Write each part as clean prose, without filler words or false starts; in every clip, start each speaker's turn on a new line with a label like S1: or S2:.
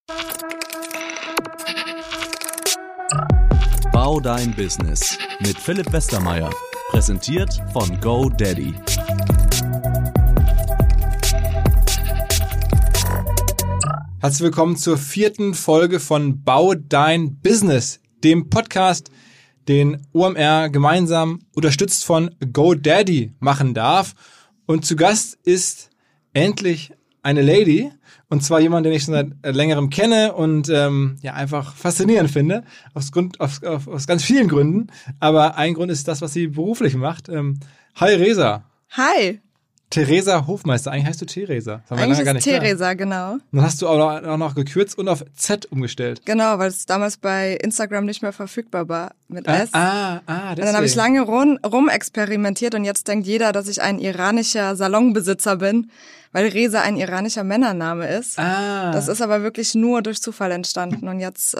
S1: Bau dein Business mit Philipp Westermeier. Präsentiert von GoDaddy.
S2: Herzlich willkommen zur 4. Folge von Bau dein Business, dem Podcast, den OMR gemeinsam unterstützt von GoDaddy machen darf. Und zu Gast ist endlich eine Lady, und zwar jemand, den ich schon seit längerem kenne und einfach faszinierend finde, aus ganz vielen Gründen. Aber ein Grund ist das, was sie beruflich macht. Hi Resa.
S3: Hi.
S2: Theresa Hofmeister, eigentlich heißt du Theresa.
S3: Eigentlich ist Theresa, genau.
S2: Dann hast du auch noch gekürzt und auf Z umgestellt.
S3: Genau, weil es damals bei Instagram nicht mehr verfügbar war mit S.
S2: Deswegen.
S3: Und dann habe ich lange rumexperimentiert und jetzt denkt jeder, dass ich ein iranischer Salonbesitzer bin, weil Resa ein iranischer Männername ist. Das ist aber wirklich nur durch Zufall entstanden und jetzt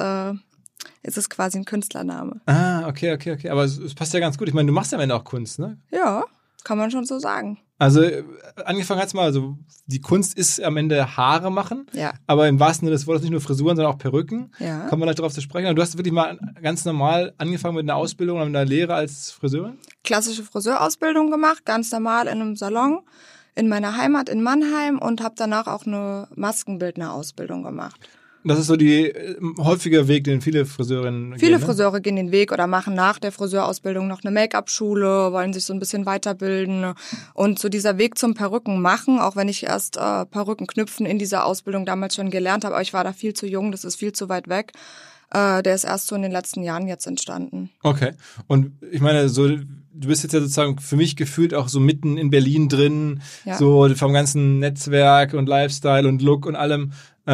S3: ist es quasi ein Künstlername.
S2: Okay. Aber es passt ja ganz gut. Ich meine, du machst ja am Ende auch Kunst, ne?
S3: Ja, kann man schon so sagen.
S2: Also angefangen hat's mal, also die Kunst ist am Ende Haare machen,
S3: ja.
S2: Aber im wahrsten Sinne des Wortes nicht nur Frisuren, sondern auch Perücken.
S3: Ja.
S2: Kommen wir gleich darauf zu sprechen. Aber du hast wirklich mal ganz normal angefangen mit einer Ausbildung oder mit einer Lehre als Friseurin?
S3: Klassische Friseurausbildung gemacht, ganz normal in einem Salon in meiner Heimat in Mannheim und habe danach auch eine Maskenbildner-Ausbildung gemacht.
S2: Das ist so die häufige Weg, den viele Friseurinnen gehen.
S3: Viele Friseure gehen den Weg oder machen nach der Friseurausbildung noch eine Make-up-Schule, wollen sich so ein bisschen weiterbilden. Und so dieser Weg zum Perücken machen, auch wenn ich erst Perücken knüpfen in dieser Ausbildung damals schon gelernt habe, aber ich war da viel zu jung, das ist viel zu weit weg. Der ist erst so in den letzten Jahren jetzt entstanden.
S2: Okay. Und ich meine, so du bist jetzt ja sozusagen für mich gefühlt auch so mitten in Berlin drin, ja. So vom ganzen Netzwerk und Lifestyle und Look und allem.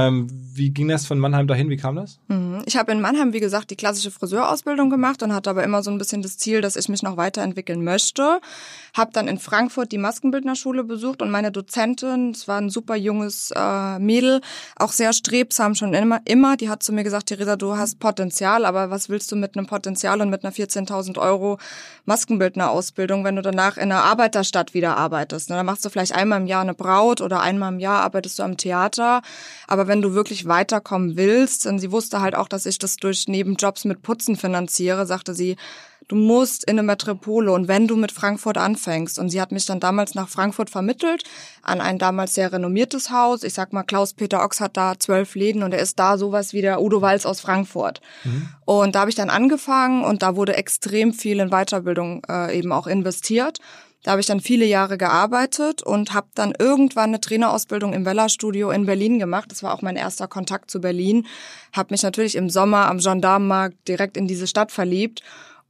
S2: Wie ging das von Mannheim dahin? Wie kam das?
S3: Ich habe in Mannheim, wie gesagt, die klassische Friseurausbildung gemacht und hatte aber immer so ein bisschen das Ziel, dass ich mich noch weiterentwickeln möchte. Habe dann in Frankfurt die Maskenbildnerschule besucht und meine Dozentin, es war ein super junges Mädel, auch sehr strebsam schon immer, die hat zu mir gesagt, Theresa, du hast Potenzial, aber was willst du mit einem Potenzial und mit einer 14.000 € Maskenbildnerausbildung, wenn du danach in einer Arbeiterstadt wieder arbeitest? Dann machst du vielleicht einmal im Jahr eine Braut oder einmal im Jahr arbeitest du am Theater, aber wenn du wirklich weiterkommen willst, und sie wusste halt auch, dass ich das durch Nebenjobs mit Putzen finanziere, sagte sie, du musst in eine Metropole und wenn du mit Frankfurt anfängst. Und sie hat mich dann damals nach Frankfurt vermittelt, an ein damals sehr renommiertes Haus. Ich sag mal, Klaus-Peter Ochs hat da 12 Läden und er ist da sowas wie der Udo Walz aus Frankfurt. Und da habe ich dann angefangen und da wurde extrem viel in Weiterbildung eben auch investiert. Da habe ich dann viele Jahre gearbeitet und habe dann irgendwann eine Trainerausbildung im Wella-Studio in Berlin gemacht. Das war auch mein erster Kontakt zu Berlin. Habe mich natürlich im Sommer am Gendarmenmarkt direkt in diese Stadt verliebt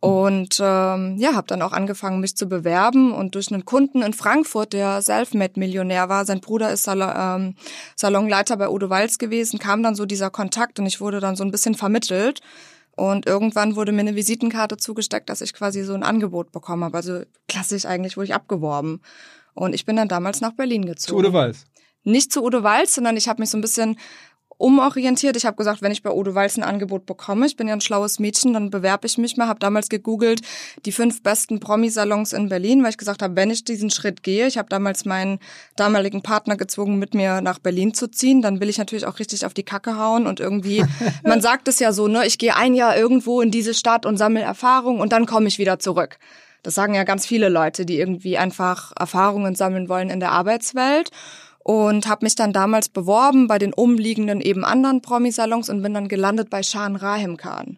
S3: und habe dann auch angefangen, mich zu bewerben. Und durch einen Kunden in Frankfurt, der Selfmade-Millionär war, sein Bruder ist Salonleiter bei Udo Walz gewesen, kam dann so dieser Kontakt und ich wurde dann so ein bisschen vermittelt. Und irgendwann wurde mir eine Visitenkarte zugesteckt, dass ich quasi so ein Angebot bekommen habe. Also klassisch eigentlich wurde ich abgeworben. Und ich bin dann damals nach Berlin gezogen.
S2: Zu Udo Walz?
S3: Nicht zu Udo Walz, sondern ich habe mich so ein bisschen umorientiert. Ich habe gesagt, wenn ich bei Udo Walz ein Angebot bekomme, ich bin ja ein schlaues Mädchen, dann bewerbe ich mich mal. Habe damals gegoogelt, die 5 besten Promi-Salons in Berlin, weil ich gesagt habe, wenn ich diesen Schritt gehe, ich habe damals meinen damaligen Partner gezwungen, mit mir nach Berlin zu ziehen, dann will ich natürlich auch richtig auf die Kacke hauen und irgendwie, man sagt es ja so, ne, ich gehe ein Jahr irgendwo in diese Stadt und sammle Erfahrung und dann komme ich wieder zurück. Das sagen ja ganz viele Leute, die irgendwie einfach Erfahrungen sammeln wollen in der Arbeitswelt. Und habe mich dann damals beworben bei den umliegenden eben anderen Promi-Salons und bin dann gelandet bei Shahan Rahim Khan.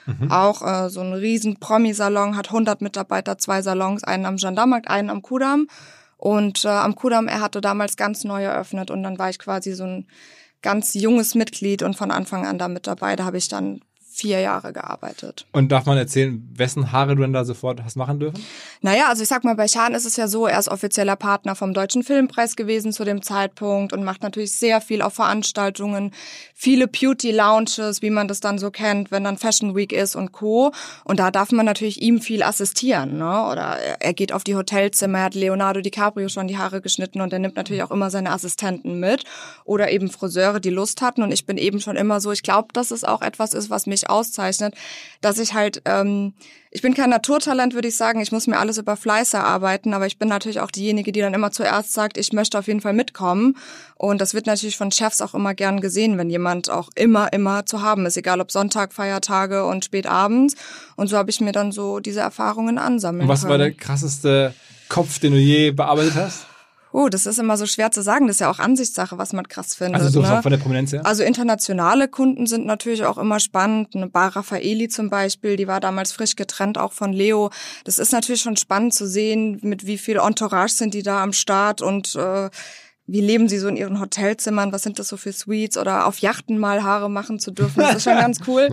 S3: Auch so ein riesen Promi-Salon, hat 100 Mitarbeiter, 2 Salons, einen am Gendarmenmarkt, einen am Kudamm. Und am Kudamm, er hatte damals ganz neu eröffnet und dann war ich quasi so ein ganz junges Mitglied und von Anfang an da mit dabei. Da habe ich dann 4 Jahre gearbeitet.
S2: Und darf man erzählen, wessen Haare du denn da sofort hast machen dürfen?
S3: Naja, also ich sag mal, bei Shahan ist es ja so, er ist offizieller Partner vom Deutschen Filmpreis gewesen zu dem Zeitpunkt und macht natürlich sehr viel auf Veranstaltungen, viele Beauty-Lounges, wie man das dann so kennt, wenn dann Fashion Week ist und Co. Und da darf man natürlich ihm viel assistieren, ne? Oder er geht auf die Hotelzimmer, er hat Leonardo DiCaprio schon die Haare geschnitten und er nimmt natürlich auch immer seine Assistenten mit oder eben Friseure, die Lust hatten. Und ich bin eben schon immer so, ich glaube, dass es auch etwas ist, was mich mich auszeichnet, dass ich halt, ich bin kein Naturtalent, würde ich sagen, ich muss mir alles über Fleiß erarbeiten, aber ich bin natürlich auch diejenige, die dann immer zuerst sagt, ich möchte auf jeden Fall mitkommen. Und das wird natürlich von Chefs auch immer gern gesehen, wenn jemand auch immer zu haben ist, egal ob Sonntag, Feiertage und spät abends. Und so habe ich mir dann so diese Erfahrungen ansammeln können.
S2: Und was war der krasseste Kopf, den du je bearbeitet hast?
S3: Oh, das ist immer so schwer zu sagen. Das ist ja auch Ansichtssache, was man krass findet.
S2: Also so
S3: ne?
S2: von der Prominenz her?
S3: Also internationale Kunden sind natürlich auch immer spannend. Eine Bar Raffaeli zum Beispiel, die war damals frisch getrennt, auch von Leo. Das ist natürlich schon spannend zu sehen, mit wie viel Entourage sind die da am Start und wie leben sie so in ihren Hotelzimmern, was sind das so für Suites oder auf Yachten mal Haare machen zu dürfen. Das ist schon ganz cool.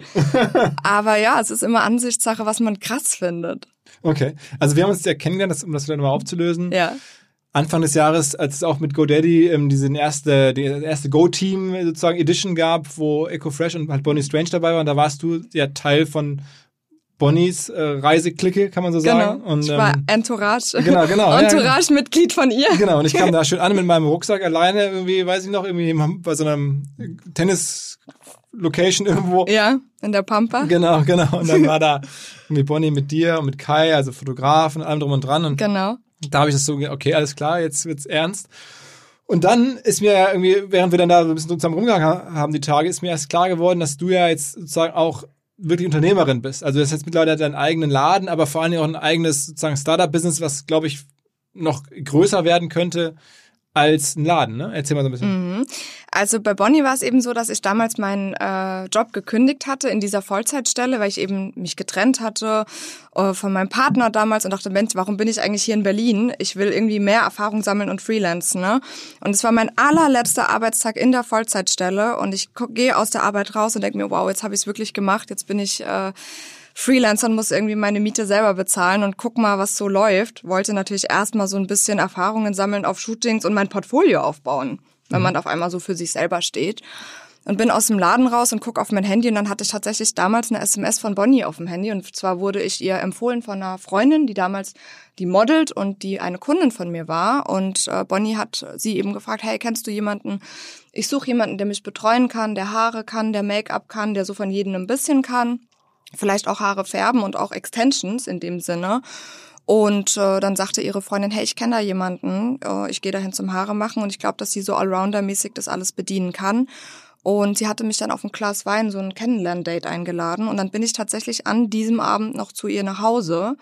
S3: Aber ja, es ist immer Ansichtssache, was man krass findet.
S2: Okay, also wir haben uns ja kennengelernt, um das wieder nochmal aufzulösen.
S3: Ja.
S2: Anfang des Jahres, als es auch mit GoDaddy die erste Go-Team sozusagen Edition gab, wo EcoFresh und halt Bonnie Strange dabei waren, da warst du ja Teil von Bonnies Reiseklicke, kann man so sagen.
S3: Genau,
S2: Und,
S3: ich war Entourage.
S2: Genau.
S3: Entourage-Mitglied von ihr.
S2: Genau, und ich kam da schön an mit meinem Rucksack alleine, irgendwie, weiß ich noch, irgendwie bei so einem Tennis-Location irgendwo.
S3: Ja, in der Pampa.
S2: Genau. Und dann war da irgendwie Bonnie mit dir und mit Kai, also Fotograf und allem drum und dran. Und
S3: genau.
S2: Da habe ich das so, okay, alles klar, jetzt wird's ernst. Und dann ist mir ja irgendwie, während wir dann da so ein bisschen zusammen rumgegangen haben, die Tage, ist mir erst klar geworden, dass du ja jetzt sozusagen auch wirklich Unternehmerin bist. Also du hast jetzt mittlerweile deinen eigenen Laden, aber vor allen Dingen auch ein eigenes sozusagen Startup-Business, was, glaube ich, noch größer werden könnte als ein Laden, ne? Erzähl mal so ein bisschen.
S3: Also bei Bonnie war es eben so, dass ich damals meinen Job gekündigt hatte in dieser Vollzeitstelle, weil ich eben mich getrennt hatte von meinem Partner damals und dachte, Mensch, warum bin ich eigentlich hier in Berlin? Ich will irgendwie mehr Erfahrung sammeln und freelancen, ne? Und es war mein allerletzter Arbeitstag in der Vollzeitstelle und ich gehe aus der Arbeit raus und denke mir, wow, jetzt habe ich es wirklich gemacht, jetzt bin ich Freelancer und muss irgendwie meine Miete selber bezahlen und guck mal, was so läuft. Wollte natürlich erstmal so ein bisschen Erfahrungen sammeln auf Shootings und mein Portfolio aufbauen, wenn man auf einmal so für sich selber steht. Und bin aus dem Laden raus und guck auf mein Handy und dann hatte ich tatsächlich damals eine SMS von Bonnie auf dem Handy und zwar wurde ich ihr empfohlen von einer Freundin, die modelt und die eine Kundin von mir war und Bonnie hat sie eben gefragt, hey, kennst du jemanden? Ich suche jemanden, der mich betreuen kann, der Haare kann, der Make-up kann, der so von jedem ein bisschen kann. Vielleicht auch Haare färben und auch Extensions in dem Sinne. Und dann sagte ihre Freundin, hey, ich kenne da jemanden, ich gehe dahin zum Haare machen und ich glaube, dass sie so Allrounder-mäßig das alles bedienen kann. Und sie hatte mich dann auf ein Glas Wein, so ein Kennenlern-Date eingeladen und dann bin ich tatsächlich an diesem Abend noch zu ihr nach Hause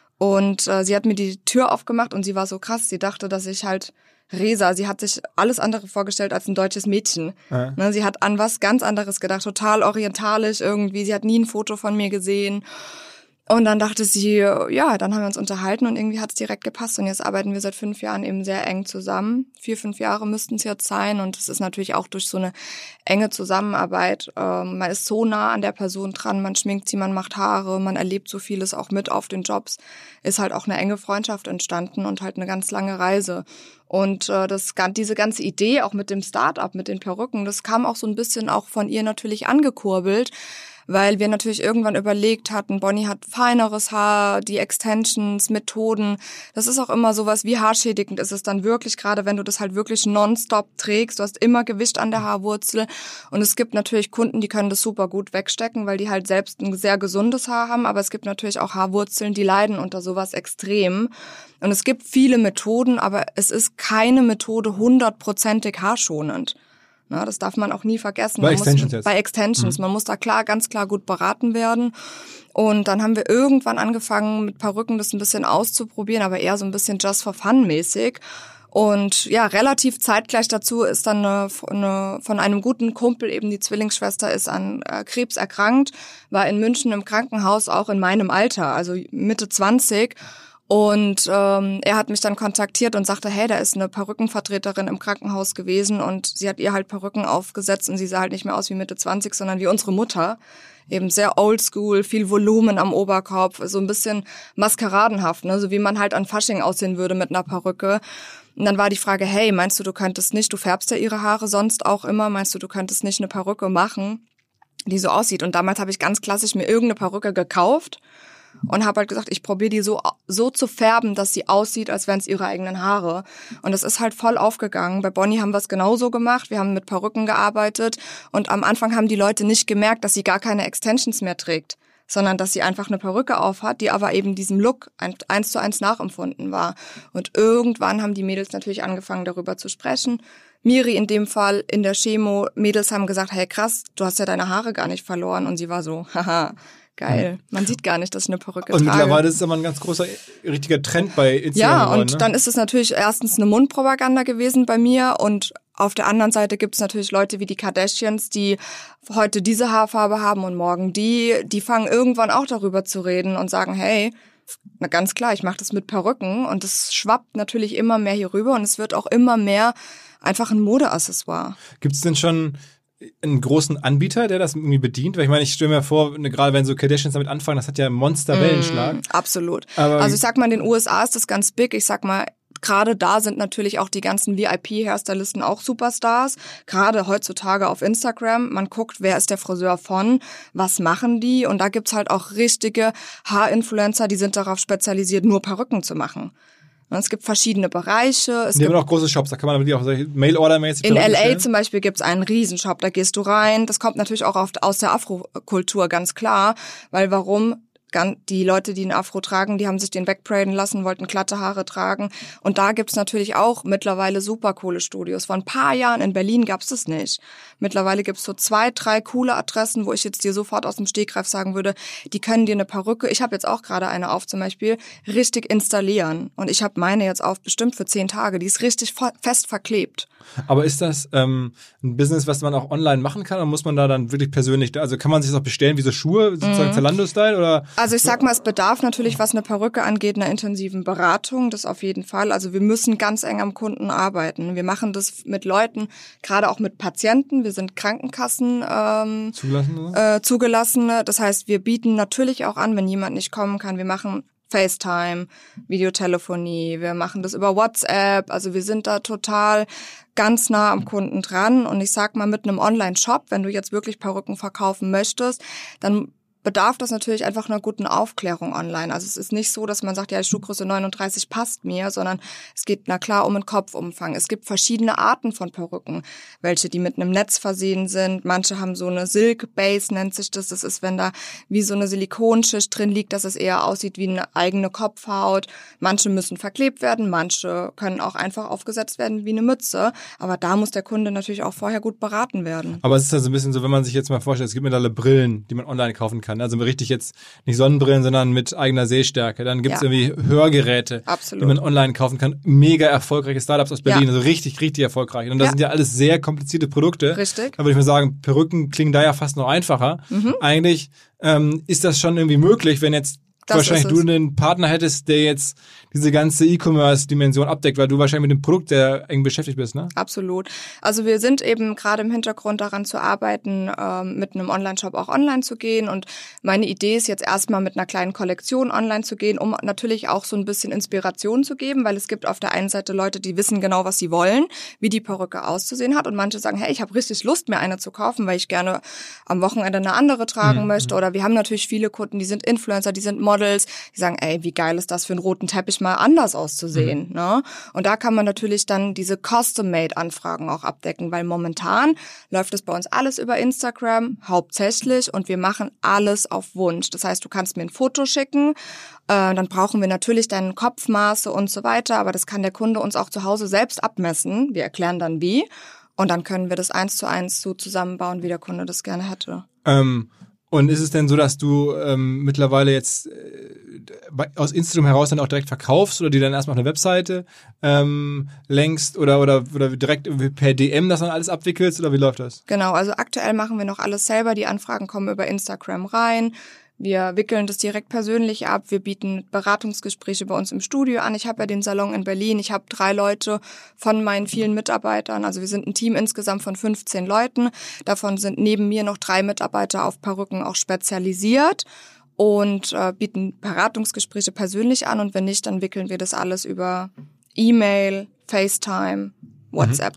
S3: und sie hat mir die Tür aufgemacht und sie war so krass, sie dachte, dass ich halt Resa, sie hat sich alles andere vorgestellt als ein deutsches Mädchen. Ja. Ne, sie hat an was ganz anderes gedacht, total orientalisch irgendwie. Sie hat nie ein Foto von mir gesehen. Und dann dachte sie, ja, dann haben wir uns unterhalten und irgendwie hat es direkt gepasst. Und jetzt arbeiten wir seit 5 Jahren eben sehr eng zusammen. 4-5 Jahre müssten es jetzt sein. Und es ist natürlich auch durch so eine enge Zusammenarbeit. Man ist so nah an der Person dran, man schminkt sie, man macht Haare, man erlebt so vieles auch mit auf den Jobs. Ist halt auch eine enge Freundschaft entstanden und halt eine ganz lange Reise. Und diese ganze Idee auch mit dem Start-up, mit den Perücken, das kam auch so ein bisschen auch von ihr natürlich angekurbelt, weil wir natürlich irgendwann überlegt hatten, Bonnie hat feineres Haar, die Extensions, Methoden. Das ist auch immer sowas, wie haarschädigend ist es dann wirklich, gerade wenn du das halt wirklich nonstop trägst. Du hast immer Gewicht an der Haarwurzel. Und es gibt natürlich Kunden, die können das super gut wegstecken, weil die halt selbst ein sehr gesundes Haar haben. Aber es gibt natürlich auch Haarwurzeln, die leiden unter sowas extrem. Und es gibt viele Methoden, aber es ist keine Methode 100%ig haarschonend. Na, das darf man auch nie vergessen.
S2: Bei Extensions jetzt?
S3: Bei Extensions. Man muss da ganz klar gut beraten werden. Und dann haben wir irgendwann angefangen, mit Perücken das ein bisschen auszuprobieren, aber eher so ein bisschen just for fun mäßig. Und ja, relativ zeitgleich dazu ist dann von einem guten Kumpel, eben die Zwillingsschwester, ist an Krebs erkrankt, war in München im Krankenhaus, auch in meinem Alter, also Mitte 20. Und er hat mich dann kontaktiert und sagte, hey, da ist eine Perückenvertreterin im Krankenhaus gewesen und sie hat ihr halt Perücken aufgesetzt und sie sah halt nicht mehr aus wie Mitte 20, sondern wie unsere Mutter. Eben sehr oldschool, viel Volumen am Oberkopf, so ein bisschen maskeradenhaft, ne? So wie man halt an Fasching aussehen würde mit einer Perücke. Und dann war die Frage, hey, meinst du könntest nicht, du färbst ja ihre Haare sonst auch immer, meinst du könntest nicht eine Perücke machen, die so aussieht? Und damals habe ich ganz klassisch mir irgendeine Perücke gekauft, und habe halt gesagt, ich probiere die so zu färben, dass sie aussieht, als wären es ihre eigenen Haare. Und das ist halt voll aufgegangen. Bei Bonnie haben wir es genauso gemacht. Wir haben mit Perücken gearbeitet und am Anfang haben die Leute nicht gemerkt, dass sie gar keine Extensions mehr trägt, sondern dass sie einfach eine Perücke aufhat, die aber eben diesem Look 1:1 nachempfunden war. Und irgendwann haben die Mädels natürlich angefangen, darüber zu sprechen. Miri in dem Fall in der Chemo, Mädels haben gesagt, hey krass, du hast ja deine Haare gar nicht verloren. Und sie war so, haha, geil. Man sieht gar nicht, dass ich eine Perücke trage.
S2: Und mittlerweile ist es aber ein ganz großer, richtiger Trend bei Instagram.
S3: Ja,
S2: geworden,
S3: und
S2: ne?
S3: dann ist es natürlich erstens eine Mundpropaganda gewesen bei mir und auf der anderen Seite gibt es natürlich Leute wie die Kardashians, die heute diese Haarfarbe haben und morgen die fangen irgendwann auch darüber zu reden und sagen, hey, na ganz klar, ich mache das mit Perücken und es schwappt natürlich immer mehr hier rüber und es wird auch immer mehr einfach ein Modeaccessoire.
S2: Gibt es denn schon einen großen Anbieter, der das irgendwie bedient? Weil ich meine, ich stelle mir vor, gerade wenn so Kardashians damit anfangen, das hat ja einen Monster-Wellenschlag.
S3: Absolut.
S2: Aber
S3: also ich sag mal, in den USA ist das ganz big. Ich sag mal, gerade da sind natürlich auch die ganzen VIP-Hairstylisten auch Superstars. Gerade heutzutage auf Instagram. Man guckt, wer ist der Friseur von, was machen die? Und da gibt's halt auch richtige Haarinfluencer, die sind darauf spezialisiert, nur Perücken zu machen. Und es gibt verschiedene Bereiche.
S2: Die haben auch große Shops, da kann man wirklich auch Mail-Order-mäßig
S3: in
S2: Perücken
S3: LA
S2: bestellen.
S3: zum Beispiel gibt's einen Riesenshop, da gehst du rein. Das kommt natürlich auch aus der Afro-Kultur, ganz klar. Weil warum? Die Leute, die einen Afro tragen, die haben sich den wegbraiden lassen, wollten glatte Haare tragen. Und da gibt's natürlich auch mittlerweile super coole Studios. Vor ein paar Jahren in Berlin gab's das nicht. Mittlerweile gibt's so 2, 3 coole Adressen, wo ich jetzt dir sofort aus dem Stegreif sagen würde, die können dir eine Perücke, ich habe jetzt auch gerade eine auf zum Beispiel, richtig installieren. Und ich habe meine jetzt auf bestimmt für 10 Tage. Die ist richtig fest verklebt.
S2: Aber ist das ein Business, was man auch online machen kann? Oder muss man da dann wirklich persönlich, also kann man sich das auch bestellen wie so Schuhe, sozusagen Zalando-Style? Oder?
S3: Also ich sag mal, es bedarf natürlich, was eine Perücke angeht, einer intensiven Beratung, das auf jeden Fall. Also wir müssen ganz eng am Kunden arbeiten. Wir machen das mit Leuten, gerade auch mit Patienten. Wir sind Krankenkassen zugelassene. Das heißt, wir bieten natürlich auch an, wenn jemand nicht kommen kann. Wir machen FaceTime, Videotelefonie, wir machen das über WhatsApp. Also wir sind da total ganz nah am Kunden dran. Und ich sag mal, mit einem Online-Shop, wenn du jetzt wirklich Perücken verkaufen möchtest, dann bedarf das natürlich einfach einer guten Aufklärung online. Also es ist nicht so, dass man sagt, ja, die Schuhgröße 39 passt mir, sondern es geht, na klar, um einen Kopfumfang. Es gibt verschiedene Arten von Perücken, welche die mit einem Netz versehen sind. Manche haben so eine Silk Base, nennt sich das. Das ist, wenn da wie so eine Silikonschicht drin liegt, dass es eher aussieht wie eine eigene Kopfhaut. Manche müssen verklebt werden, manche können auch einfach aufgesetzt werden wie eine Mütze. Aber da muss der Kunde natürlich auch vorher gut beraten werden.
S2: Aber es ist ja so ein bisschen so, wenn man sich jetzt mal vorstellt, es gibt mittlerweile Brillen, die man online kaufen kann. Also richtig jetzt nicht Sonnenbrillen, sondern mit eigener Sehstärke. Dann gibt es irgendwie Hörgeräte,
S3: Absolut.
S2: die man online kaufen kann. Mega erfolgreiche Startups aus Berlin, also richtig, richtig erfolgreich. Und das sind ja alles sehr komplizierte Produkte.
S3: Richtig.
S2: Da würde ich mal sagen, Perücken klingen da ja fast noch einfacher. Eigentlich ist das schon irgendwie möglich, wenn jetzt wahrscheinlich du einen Partner hättest, der jetzt diese ganze E-Commerce-Dimension abdeckt, weil du wahrscheinlich mit dem Produkt sehr eng beschäftigt bist, ne?
S3: Absolut. Also wir sind eben gerade im Hintergrund daran zu arbeiten, mit einem Online-Shop auch online zu gehen. Und meine Idee ist jetzt erstmal mit einer kleinen Kollektion online zu gehen, um natürlich auch so ein bisschen Inspiration zu geben, weil es gibt auf der einen Seite Leute, die wissen genau, was sie wollen, wie die Perücke auszusehen hat. Und manche sagen, hey, ich habe richtig Lust, mir eine zu kaufen, weil ich gerne am Wochenende eine andere tragen möchte. Oder wir haben natürlich viele Kunden, die sind Influencer, die sind Models, die sagen, ey, wie geil ist das für einen roten Teppich mal anders auszusehen, ne? Und da kann man natürlich dann diese Custom-Made-Anfragen auch abdecken, weil momentan läuft es bei uns alles über Instagram, hauptsächlich, und wir machen alles auf Wunsch. Das heißt, du kannst mir ein Foto schicken, dann brauchen wir natürlich deine Kopfmaße und so weiter, aber das kann der Kunde uns auch zu Hause selbst abmessen. Wir erklären dann wie, und dann können wir das 1:1 so zusammenbauen, wie der Kunde das gerne hätte.
S2: Und ist es denn so, dass du mittlerweile jetzt aus Instagram heraus dann auch direkt verkaufst oder die dann erstmal auf eine Webseite längst oder direkt per DM das dann alles abwickelst oder wie läuft das?
S3: Genau, also aktuell machen wir noch alles selber. Die Anfragen kommen über Instagram rein. Wir wickeln das direkt persönlich ab. Wir bieten Beratungsgespräche bei uns im Studio an. Ich habe ja den Salon in Berlin. Ich habe 3 Leute von meinen vielen Mitarbeitern. Also wir sind ein Team insgesamt von 15 Leuten. Davon sind neben mir noch 3 Mitarbeiter auf Perücken auch spezialisiert und bieten Beratungsgespräche persönlich an. Und wenn nicht, dann wickeln wir das alles über E-Mail, FaceTime, WhatsApp ab.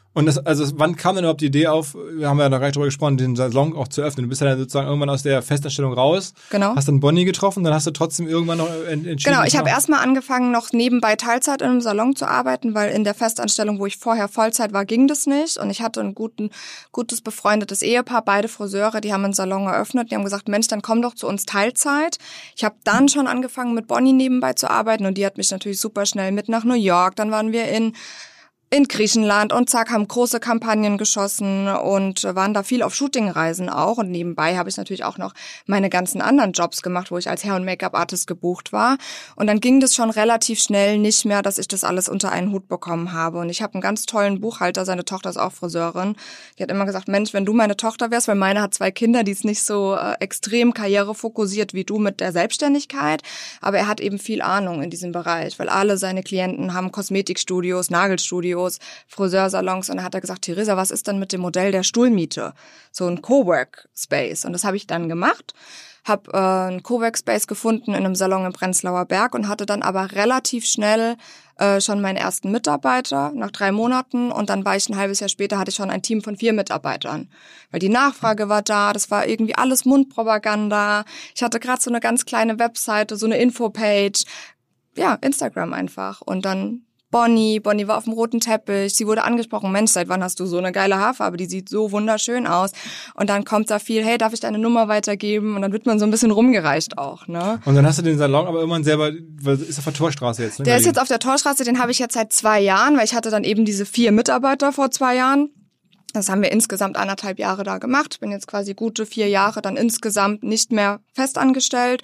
S2: Und wann kam denn überhaupt die Idee auf, wir haben ja da gleich drüber gesprochen, den Salon auch zu öffnen? Du bist ja dann sozusagen irgendwann aus der Festanstellung raus.
S3: Genau.
S2: Hast dann Bonnie getroffen, dann hast du trotzdem irgendwann noch entschieden.
S3: Genau, ich habe erstmal angefangen, noch nebenbei Teilzeit in einem Salon zu arbeiten, weil in der Festanstellung, wo ich vorher Vollzeit war, ging das nicht. Und ich hatte ein gutes befreundetes Ehepaar, beide Friseure, die haben einen Salon eröffnet. Die haben gesagt, Mensch, dann komm doch zu uns Teilzeit. Ich habe dann schon angefangen, mit Bonnie nebenbei zu arbeiten und die hat mich natürlich super schnell mit nach New York. Dann waren wir in Griechenland und zack, haben große Kampagnen geschossen und waren da viel auf Shootingreisen auch. Und nebenbei habe ich natürlich auch noch meine ganzen anderen Jobs gemacht, wo ich als Hair- und Make-up-Artist gebucht war. Und dann ging das schon relativ schnell nicht mehr, dass ich das alles unter einen Hut bekommen habe. Und ich habe einen ganz tollen Buchhalter, seine Tochter ist auch Friseurin. Die hat immer gesagt, Mensch, wenn du meine Tochter wärst, weil meine hat 2 Kinder, die ist nicht so extrem karrierefokussiert wie du mit der Selbstständigkeit. Aber er hat eben viel Ahnung in diesem Bereich, weil alle seine Klienten haben Kosmetikstudios, Nagelstudios, Friseursalons und dann hat er gesagt, Theresa, was ist denn mit dem Modell der Stuhlmiete? So ein Cowork-Space und das habe ich dann gemacht, habe einen Cowork-Space gefunden in einem Salon im Prenzlauer Berg und hatte dann aber relativ schnell schon meinen ersten Mitarbeiter nach 3 Monaten und dann war ich ein halbes Jahr später, hatte ich schon ein Team von 4 Mitarbeitern, weil die Nachfrage war da, das war irgendwie alles Mundpropaganda, ich hatte gerade so eine ganz kleine Webseite, so eine Infopage, ja, Instagram einfach und dann Bonnie war auf dem roten Teppich, sie wurde angesprochen, Mensch, seit wann hast du so eine geile Haarfarbe, die sieht so wunderschön aus. Und dann kommt da viel, hey, darf ich deine Nummer weitergeben? Und dann wird man so ein bisschen rumgereicht auch, ne?
S2: Und dann hast du den Salon aber irgendwann selber, ist auf der Torstraße jetzt, ne?
S3: Der ist jetzt auf der Torstraße, den habe ich jetzt seit 2 Jahren, weil ich hatte dann eben diese 4 Mitarbeiter vor 2 Jahren. Das haben wir insgesamt 1,5 Jahre da gemacht. Bin jetzt quasi gute 4 Jahre dann insgesamt nicht mehr festangestellt.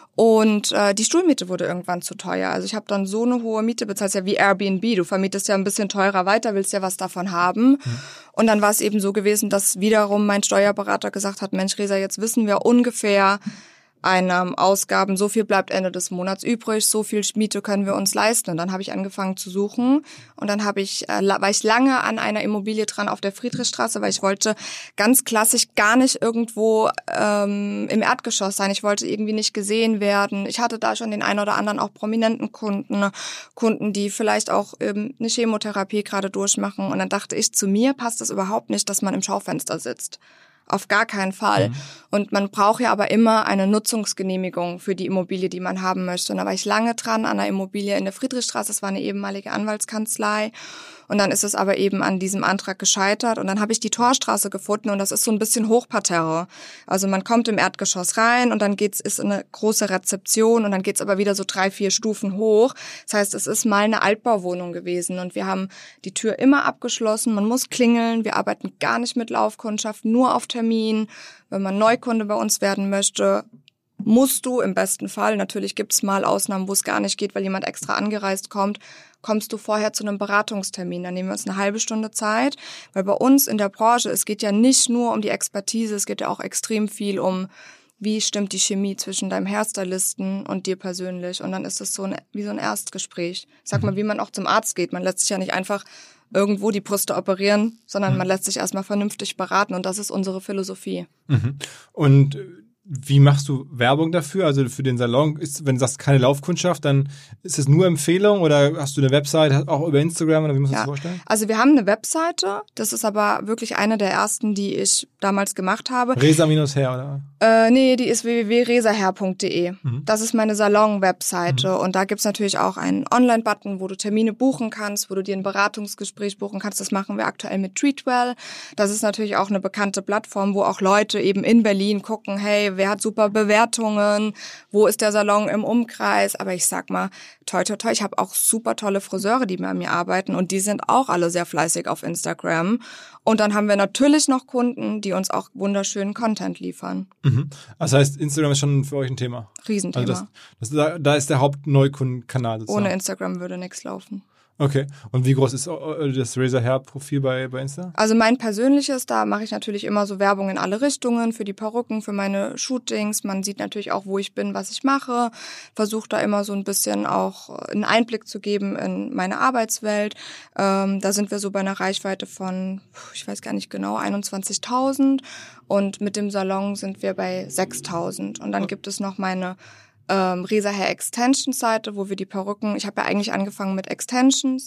S3: Und die Stuhlmiete wurde irgendwann zu teuer. Also ich habe dann so eine hohe Miete bezahlt, ja wie Airbnb. Du vermietest ja ein bisschen teurer weiter, willst ja was davon haben. Mhm. Und dann war es eben so gewesen, dass wiederum mein Steuerberater gesagt hat, Mensch, Resa, jetzt wissen wir ungefähr Einnahmen, Ausgaben, so viel bleibt Ende des Monats übrig, so viel Miete können wir uns leisten. Und dann habe ich angefangen zu suchen und dann war ich lange an einer Immobilie dran auf der Friedrichstraße, weil ich wollte ganz klassisch gar nicht irgendwo im Erdgeschoss sein. Ich wollte irgendwie nicht gesehen werden. Ich hatte da schon den einen oder anderen auch prominenten Kunden, die vielleicht auch eine Chemotherapie gerade durchmachen. Und dann dachte ich, zu mir passt es überhaupt nicht, dass man im Schaufenster sitzt. Auf gar keinen Fall. Mhm. Und man braucht ja aber immer eine Nutzungsgenehmigung für die Immobilie, die man haben möchte. Und da war ich lange dran an einer Immobilie in der Friedrichstraße. Das war eine ehemalige Anwaltskanzlei. Und dann ist es aber eben an diesem Antrag gescheitert. Und dann habe ich die Torstraße gefunden und das ist so ein bisschen Hochparterre. Also man kommt im Erdgeschoss rein und dann ist eine große Rezeption und dann geht's aber wieder so 3, 4 Stufen hoch. Das heißt, es ist mal eine Altbauwohnung gewesen und wir haben die Tür immer abgeschlossen. Man muss klingeln. Wir arbeiten gar nicht mit Laufkundschaft, nur auf Termin. Wenn man Neukunde bei uns werden möchte, musst du im besten Fall, natürlich gibt's mal Ausnahmen, wo es gar nicht geht, weil jemand extra angereist kommt, kommst du vorher zu einem Beratungstermin. Dann nehmen wir uns eine halbe Stunde Zeit, weil bei uns in der Branche, es geht ja nicht nur um die Expertise, es geht ja auch extrem viel um, wie stimmt die Chemie zwischen deinem Hairstylisten und dir persönlich. Und dann ist das wie so ein Erstgespräch. Ich sag mal, wie man auch zum Arzt geht. Man lässt sich ja nicht einfach irgendwo die Brüste operieren, sondern man lässt sich erstmal vernünftig beraten. Und das ist unsere Philosophie.
S2: Mhm. Und wie machst du Werbung dafür? Also für den Salon, wenn du sagst, keine Laufkundschaft, dann ist es nur Empfehlung oder hast du eine Website, auch über Instagram oder wie musst du das vorstellen?
S3: Also wir haben eine Webseite, das ist aber wirklich eine der ersten, die ich damals gemacht habe.
S2: Resa-Hair, oder?
S3: Nee, die ist www.resahair.de. Mhm. Das ist meine Salon-Webseite und da gibt's natürlich auch einen Online-Button, wo du Termine buchen kannst, wo du dir ein Beratungsgespräch buchen kannst. Das machen wir aktuell mit Treatwell. Das ist natürlich auch eine bekannte Plattform, wo auch Leute eben in Berlin gucken, hey, wer hat super Bewertungen, wo ist der Salon im Umkreis, aber ich sag mal, toi, toi, toi, ich habe auch super tolle Friseure, die bei mir arbeiten und die sind auch alle sehr fleißig auf Instagram und dann haben wir natürlich noch Kunden, die uns auch wunderschönen Content liefern.
S2: Mhm. Das heißt, Instagram ist schon für euch ein Thema?
S3: Riesenthema.
S2: Also da ist der Hauptneukundenkanal sozusagen.
S3: Ohne Instagram würde nichts laufen.
S2: Okay. Und wie groß ist das Resa Hair Profil bei Insta?
S3: Also mein persönliches, da mache ich natürlich immer so Werbung in alle Richtungen, für die Perücken, für meine Shootings. Man sieht natürlich auch, wo ich bin, was ich mache. Versuche da immer so ein bisschen auch einen Einblick zu geben in meine Arbeitswelt. Da sind wir so bei einer Reichweite von, ich weiß gar nicht genau, 21.000. Und mit dem Salon sind wir bei 6.000. Und dann gibt es noch meine Resa Hair Extensions Seite, wo wir die Perücken, ich habe ja eigentlich angefangen mit Extensions,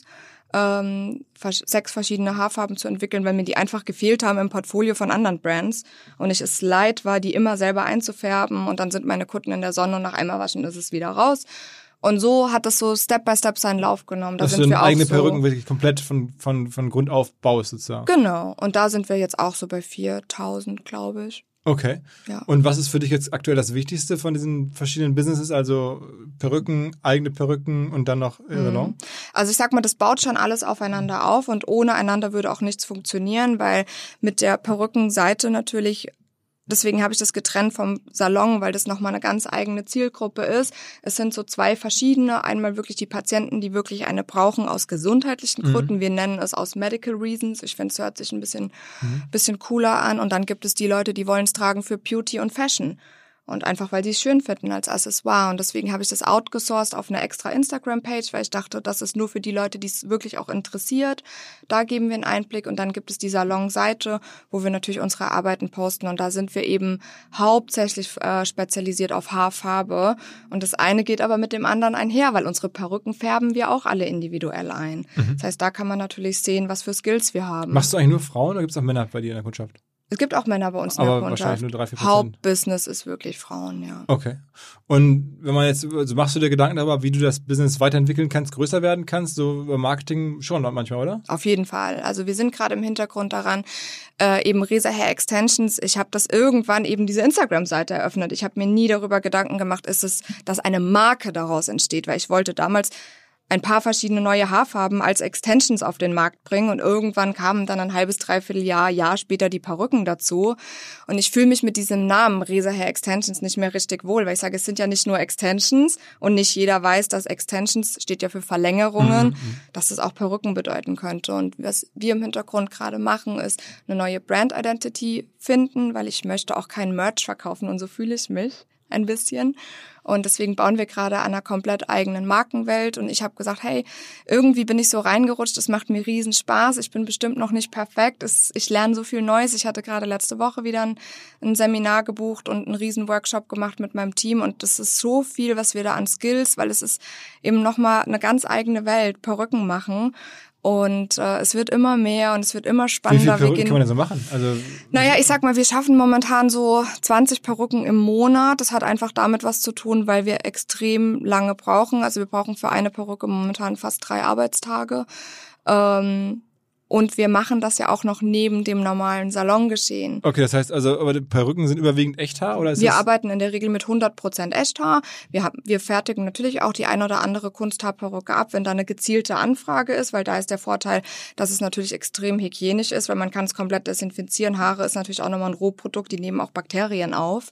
S3: 6 verschiedene Haarfarben zu entwickeln, weil mir die einfach gefehlt haben im Portfolio von anderen Brands und ich es leid war, die immer selber einzufärben und dann sind meine Kunden in der Sonne und nach einmal waschen ist es wieder raus. Und so hat es so Step by Step seinen Lauf genommen. Da
S2: dass
S3: sind
S2: du
S3: wir auch
S2: eigene
S3: so,
S2: Perücken wirklich komplett von Grund auf baust sozusagen.
S3: Genau. Und da sind wir jetzt auch so bei 4.000, glaube ich.
S2: Okay.
S3: Ja.
S2: Und was ist für dich jetzt aktuell das Wichtigste von diesen verschiedenen Businesses? Also Perücken, eigene Perücken und dann noch Salon?
S3: Also ich sag mal, das baut schon alles aufeinander auf und ohne einander würde auch nichts funktionieren, weil mit der Perückenseite natürlich, deswegen habe ich das getrennt vom Salon, weil das nochmal eine ganz eigene Zielgruppe ist. Es sind so 2 verschiedene. Einmal wirklich die Patienten, die wirklich eine brauchen aus gesundheitlichen Gründen. Wir nennen es aus Medical Reasons. Ich finde, es hört sich ein bisschen cooler an. Und dann gibt es die Leute, die wollen es tragen für Beauty und Fashion. Und einfach, weil sie es schön finden als Accessoire. Und deswegen habe ich das outgesourced auf eine extra Instagram-Page, weil ich dachte, das ist nur für die Leute, die es wirklich auch interessiert. Da geben wir einen Einblick. Und dann gibt es die Salon-Seite, wo wir natürlich unsere Arbeiten posten. Und da sind wir eben hauptsächlich spezialisiert auf Haarfarbe. Und das eine geht aber mit dem anderen einher, weil unsere Perücken färben wir auch alle individuell ein. Das heißt, da kann man natürlich sehen, was für Skills wir haben.
S2: Machst du eigentlich nur Frauen oder gibt es auch Männer bei dir in der Kundschaft?
S3: Es gibt auch Männer bei uns in
S2: Aber
S3: der
S2: wahrscheinlich
S3: Kundschaft.
S2: nur 3-4%.
S3: Hauptbusiness ist wirklich Frauen, ja.
S2: Okay. Und wenn man jetzt, also machst du dir Gedanken darüber, wie du das Business weiterentwickeln kannst, größer werden kannst, so über Marketing schon manchmal, oder?
S3: Auf jeden Fall. Also wir sind gerade im Hintergrund daran, eben Resa Hair Extensions. Ich habe das irgendwann eben diese Instagram-Seite eröffnet. Ich habe mir nie darüber Gedanken gemacht, ist es, dass eine Marke daraus entsteht, weil ich wollte damals ein paar verschiedene neue Haarfarben als Extensions auf den Markt bringen und irgendwann kamen dann ein halbes, dreiviertel Jahr später die Perücken dazu und ich fühle mich mit diesem Namen Resa Hair Extensions nicht mehr richtig wohl, weil ich sage, es sind ja nicht nur Extensions und nicht jeder weiß, dass Extensions steht ja für Verlängerungen, dass es auch Perücken bedeuten könnte und was wir im Hintergrund gerade machen, ist eine neue Brand Identity finden, weil ich möchte auch kein Merch verkaufen und so fühle ich mich ein bisschen. Und deswegen bauen wir gerade an einer komplett eigenen Markenwelt. Und ich habe gesagt, hey, irgendwie bin ich so reingerutscht, es macht mir riesen Spaß. Ich bin bestimmt noch nicht perfekt. Ich lerne so viel Neues. Ich hatte gerade letzte Woche wieder ein Seminar gebucht und einen riesen Workshop gemacht mit meinem Team. Und das ist so viel, was wir da an Skills, weil es ist eben nochmal eine ganz eigene Welt, Perücken machen. Und es wird immer mehr und es wird immer spannender.
S2: Wie viele Perücken kann man denn so machen? Also,
S3: naja, ich sag mal, wir schaffen momentan so 20 Perücken im Monat. Das hat einfach damit was zu tun, weil wir extrem lange brauchen. Also wir brauchen für eine Perücke momentan fast 3 Arbeitstage. Und wir machen das ja auch noch neben dem normalen Salongeschehen.
S2: Okay, das heißt also, aber die Perücken sind überwiegend Echthaar? Oder ist
S3: wir arbeiten in der Regel mit 100% Echthaar. Wir fertigen natürlich auch die ein oder andere Kunsthaarperücke ab, wenn da eine gezielte Anfrage ist, weil da ist der Vorteil, dass es natürlich extrem hygienisch ist, weil man kann es komplett desinfizieren. Haare ist natürlich auch nochmal ein Rohprodukt, die nehmen auch Bakterien auf.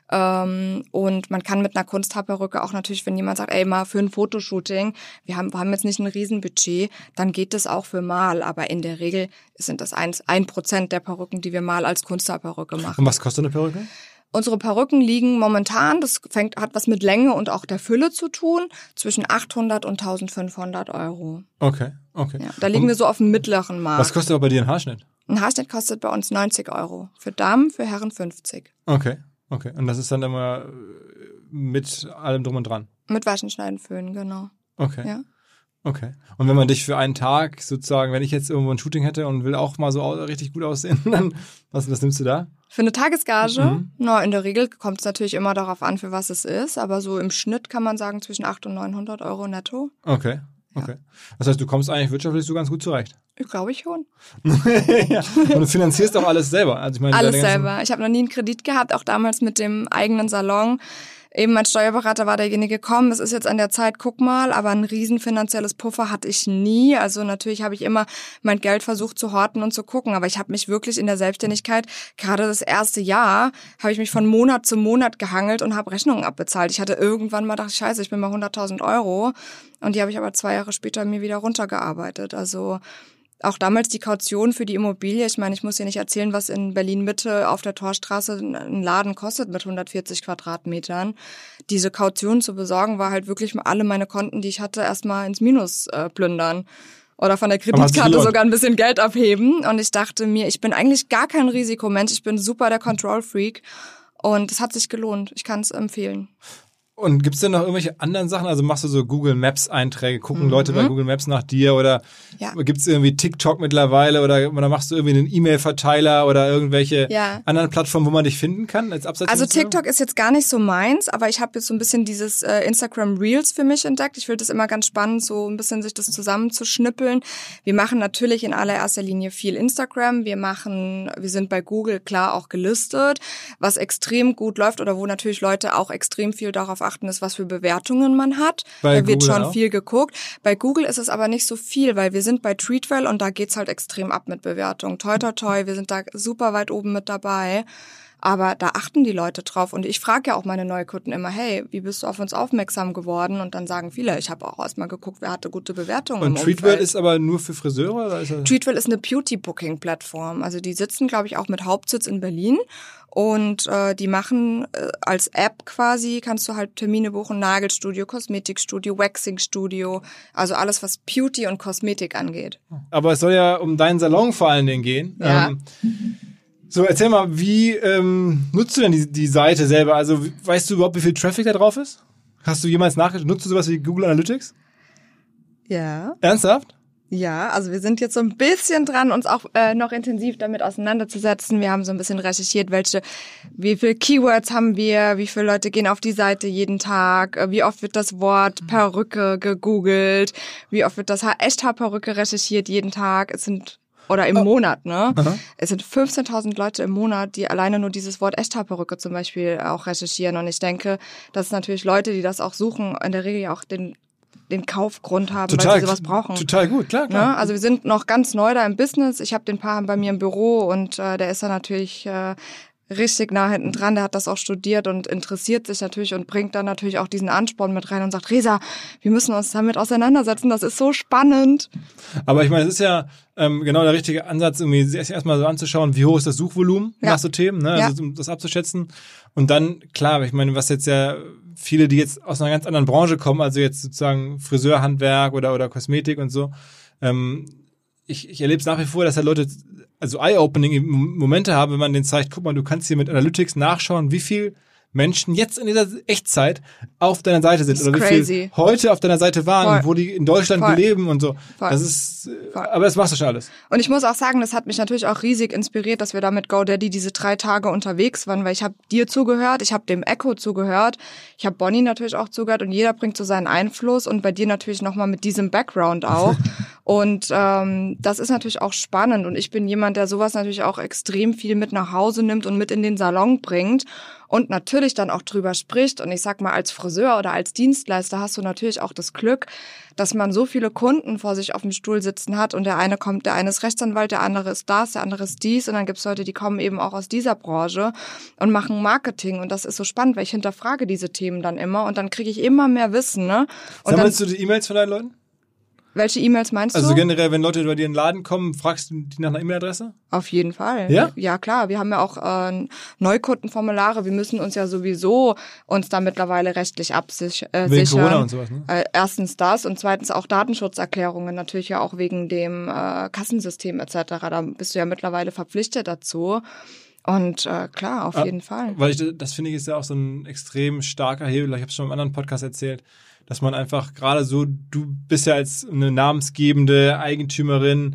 S3: Und man kann mit einer Kunsthaarperücke auch natürlich, wenn jemand sagt, ey, mal für ein Fotoshooting, wir haben jetzt nicht ein Riesenbudget, dann geht das auch für mal, aber in der Regel sind das 1% der Perücken, die wir mal als Kunsthaarperücke machen.
S2: Und was kostet eine Perücke?
S3: Unsere Perücken liegen momentan, hat was mit Länge und auch der Fülle zu tun, zwischen 800 und 1.500 Euro.
S2: Okay.
S3: Ja, da liegen wir so auf dem mittleren Markt.
S2: Was kostet aber bei dir ein Haarschnitt?
S3: Ein Haarschnitt kostet bei uns 90 Euro. Für Damen, für Herren 50.
S2: Okay. Und das ist dann immer mit allem drum und dran?
S3: Mit Waschen, Schneiden, Föhnen, genau.
S2: Okay.
S3: Ja.
S2: Okay. Und wenn man dich für einen Tag sozusagen, wenn ich jetzt irgendwo ein Shooting hätte und will auch mal so richtig gut aussehen, dann was nimmst du da?
S3: Für eine Tagesgage? Na, in der Regel kommt es natürlich immer darauf an, für was es ist, aber so im Schnitt kann man sagen zwischen 800 und 900 Euro netto.
S2: Okay. Das heißt, du kommst eigentlich wirtschaftlich so ganz gut zurecht.
S3: Ich glaube schon.
S2: Ja. Und du finanzierst auch alles selber. Also ich meine,
S3: alles selber. Ich habe noch nie einen Kredit gehabt, auch damals mit dem eigenen Salon. Eben mein Steuerberater war derjenige, komm, es ist jetzt an der Zeit, guck mal, aber ein riesen finanzielles Puffer hatte ich nie. Also natürlich habe ich immer mein Geld versucht zu horten und zu gucken, aber ich habe mich wirklich in der Selbstständigkeit, gerade das erste Jahr, habe ich mich von Monat zu Monat gehangelt und habe Rechnungen abbezahlt. Ich hatte irgendwann mal gedacht, scheiße, ich bin bei 100.000 Euro und die habe ich aber 2 Jahre später mir wieder runtergearbeitet. Also auch damals die Kaution für die Immobilie. Ich meine, ich muss dir nicht erzählen, was in Berlin-Mitte auf der Torstraße ein Laden kostet mit 140 Quadratmetern. Diese Kaution zu besorgen, war halt wirklich alle meine Konten, die ich hatte, erstmal ins Minus plündern. Oder von der Kreditkarte sogar ein bisschen Geld abheben. Und ich dachte mir, ich bin eigentlich gar kein Risikomensch. Ich bin super der Control-Freak. Und es hat sich gelohnt. Ich kann es empfehlen.
S2: Und gibt's denn noch irgendwelche anderen Sachen? Also machst du so Google Maps Einträge, gucken Leute bei Google Maps nach dir oder gibt's irgendwie TikTok mittlerweile oder machst du irgendwie einen E-Mail-Verteiler oder irgendwelche anderen Plattformen, wo man dich finden kann als Absatz?
S3: Also TikTok ist jetzt gar nicht so meins, aber ich habe jetzt so ein bisschen dieses Instagram Reels für mich entdeckt. Ich finde das immer ganz spannend, so ein bisschen sich das zusammenzuschnippeln. Wir machen natürlich in allererster Linie viel Instagram. Wir sind bei Google klar auch gelistet, was extrem gut läuft oder wo natürlich Leute auch extrem viel darauf achten ist, was für Bewertungen man hat. Da wird schon viel geguckt. Bei Google ist es aber nicht so viel, weil wir sind bei Treatwell und da geht's halt extrem ab mit Bewertungen. Toi, toi, toi, wir sind da super weit oben mit dabei. Aber da achten die Leute drauf. Und ich frage ja auch meine Neukunden immer, hey, wie bist du auf uns aufmerksam geworden? Und dann sagen viele, ich habe auch erstmal geguckt, wer hatte gute Bewertungen.
S2: Und Treatwell ist aber nur für Friseure? Oder ist
S3: Treatwell ist eine Beauty-Booking-Plattform. Also die sitzen, glaube ich, auch mit Hauptsitz in Berlin. Und die machen als App quasi, kannst du halt Termine buchen, Nagelstudio, Kosmetikstudio, Waxingstudio, also alles, was Beauty und Kosmetik angeht.
S2: Aber es soll ja um deinen Salon vor allen Dingen gehen.
S3: Ja.
S2: So, erzähl mal, wie nutzt du denn die Seite selber? Also weißt du überhaupt, wie viel Traffic da drauf ist? Hast du jemals nachgeschaut? Nutzt du sowas wie Google Analytics?
S3: Ja.
S2: Ernsthaft?
S3: Ja, also wir sind jetzt so ein bisschen dran, uns auch noch intensiv damit auseinanderzusetzen. Wir haben so ein bisschen recherchiert, wie viele Keywords haben wir, wie viele Leute gehen auf die Seite jeden Tag, wie oft wird das Wort Perücke gegoogelt, wie oft wird das Echthaarperücke recherchiert jeden Tag. Oder im Monat, ne? Aha. Es sind 15.000 Leute im Monat, die alleine nur dieses Wort Echthaarperücke zum Beispiel auch recherchieren. Und ich denke, dass natürlich Leute, die das auch suchen, in der Regel ja auch den Kaufgrund haben, weil sie sowas brauchen.
S2: Total gut, klar.
S3: Ne? Also wir sind noch ganz neu da im Business. Ich habe den Paar bei mir im Büro und der ist da natürlich richtig nah hinten dran, der hat das auch studiert und interessiert sich natürlich und bringt dann natürlich auch diesen Ansporn mit rein und sagt, Resa, wir müssen uns damit auseinandersetzen, das ist so spannend.
S2: Aber ich meine, es ist ja genau der richtige Ansatz, irgendwie sich erstmal so anzuschauen, wie hoch ist das Suchvolumen nach so Themen, ne? Also um das abzuschätzen. Und dann, klar, ich meine, was jetzt ja viele, die jetzt aus einer ganz anderen Branche kommen, also jetzt sozusagen Friseurhandwerk oder Kosmetik und so, ich erlebe es nach wie vor, dass da Leute also eye-opening Momente haben, wenn man denen zeigt, guck mal, du kannst hier mit Analytics nachschauen, wie viel Menschen jetzt in dieser Echtzeit auf deiner Seite sind oder wie viel heute auf deiner Seite waren, wo die in Deutschland leben und so. Das ist, aber das machst du schon alles.
S3: Und ich muss auch sagen, das hat mich natürlich auch riesig inspiriert, dass wir da mit GoDaddy diese 3 Tage unterwegs waren, weil ich habe dir zugehört, ich habe dem Echo zugehört, ich habe Bonnie natürlich auch zugehört und jeder bringt so seinen Einfluss und bei dir natürlich nochmal mit diesem Background auch. Und das ist natürlich auch spannend und ich bin jemand, der sowas natürlich auch extrem viel mit nach Hause nimmt und mit in den Salon bringt und natürlich dann auch drüber spricht. Und ich sag mal, als Friseur oder als Dienstleister hast du natürlich auch das Glück, dass man so viele Kunden vor sich auf dem Stuhl sitzen hat und der eine ist Rechtsanwalt, der andere ist das, der andere ist dies und dann gibt's Leute, die kommen eben auch aus dieser Branche und machen Marketing und das ist so spannend, weil ich hinterfrage diese Themen dann immer und dann kriege ich immer mehr Wissen. Ne? Und
S2: sammelst du die E-Mails von deinen Leuten?
S3: Welche E-Mails meinst du?
S2: Also generell, wenn Leute bei dir in den Laden kommen, fragst du die nach einer E-Mail-Adresse?
S3: Auf jeden Fall.
S2: Ja?
S3: Ja, klar. Wir haben ja auch Neukundenformulare. Wir müssen uns ja sowieso uns da mittlerweile rechtlich absichern.
S2: Wegen Corona und sowas, ne?
S3: Erstens das und zweitens auch Datenschutzerklärungen. Natürlich ja auch wegen dem Kassensystem etc. Da bist du ja mittlerweile verpflichtet dazu. Und klar, auf jeden Fall.
S2: Weil das finde ich ist ja auch so ein extrem starker Hebel. Ich habe es schon im anderen Podcast erzählt, dass man einfach gerade so, du bist ja als eine namensgebende Eigentümerin,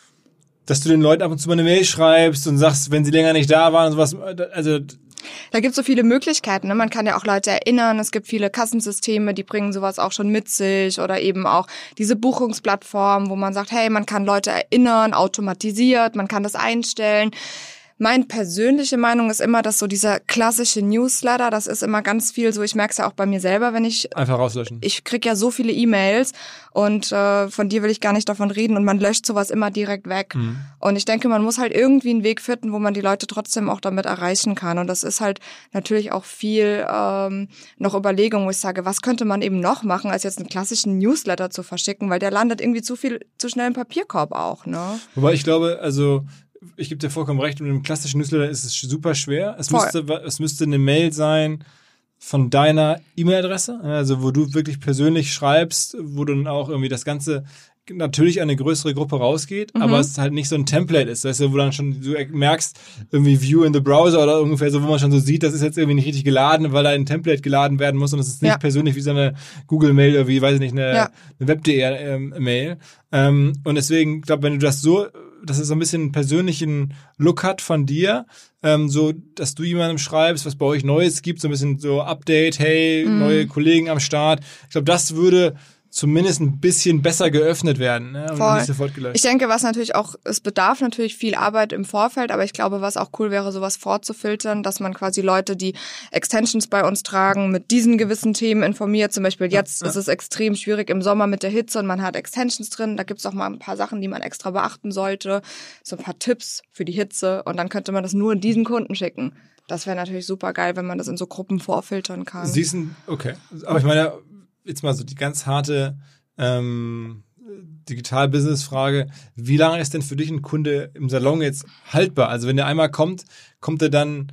S2: dass du den Leuten ab und zu mal eine Mail schreibst und sagst, wenn sie länger nicht da waren und sowas, also
S3: da gibt es so viele Möglichkeiten. Ne? Man kann ja auch Leute erinnern. Es gibt viele Kassensysteme, die bringen sowas auch schon mit sich. Oder eben auch diese Buchungsplattformen, wo man sagt, hey, man kann Leute erinnern, automatisiert, man kann das einstellen. Meine persönliche Meinung ist immer, dass so dieser klassische Newsletter, das ist immer ganz viel so, ich merke es ja auch bei mir selber, wenn ich
S2: einfach rauslöschen.
S3: Ich kriege ja so viele E-Mails und von dir will ich gar nicht davon reden und man löscht sowas immer direkt weg. Mhm. Und ich denke, man muss halt irgendwie einen Weg finden, wo man die Leute trotzdem auch damit erreichen kann. Und das ist halt natürlich auch viel noch Überlegung, wo ich sage, was könnte man eben noch machen, als jetzt einen klassischen Newsletter zu verschicken, weil der landet irgendwie zu schnell im Papierkorb auch. Ne?
S2: Wobei ich glaube, also ich gebe dir vollkommen recht, mit einem klassischen Newsletter ist es super schwer. Es müsste eine Mail sein von deiner E-Mail-Adresse, also wo du wirklich persönlich schreibst, wo du dann auch irgendwie das Ganze natürlich an eine größere Gruppe rausgeht, aber es halt nicht so ein Template ist, weißt du, wo dann schon du merkst, irgendwie View in the Browser oder ungefähr so, wo man schon so sieht, das ist jetzt irgendwie nicht richtig geladen, weil da ein Template geladen werden muss und es ist nicht persönlich wie so eine Google-Mail oder wie, weiß ich nicht, eine Web.de-Mail. Und deswegen, ich glaube, wenn du das so, dass es so ein bisschen einen persönlichen Look hat von dir, so, dass du jemandem schreibst, was bei euch Neues gibt, so ein bisschen so Update, hey, neue Kollegen am Start. Ich glaube, das würde zumindest ein bisschen besser geöffnet werden, ne? Und nicht sofort gelöscht.
S3: Ich denke, was natürlich auch, es bedarf natürlich viel Arbeit im Vorfeld, aber ich glaube, was auch cool wäre, sowas vorzufiltern, dass man quasi Leute, die Extensions bei uns tragen, mit diesen gewissen Themen informiert. Zum Beispiel jetzt ist es extrem schwierig im Sommer mit der Hitze und man hat Extensions drin. Da gibt's auch mal ein paar Sachen, die man extra beachten sollte. So ein paar Tipps für die Hitze und dann könnte man das nur diesen Kunden schicken. Das wäre natürlich super geil, wenn man das in so Gruppen vorfiltern kann.
S2: Okay. Aber ich meine, jetzt mal so die ganz harte Digital-Business-Frage. Wie lange ist denn für dich ein Kunde im Salon jetzt haltbar? Also wenn der einmal kommt er dann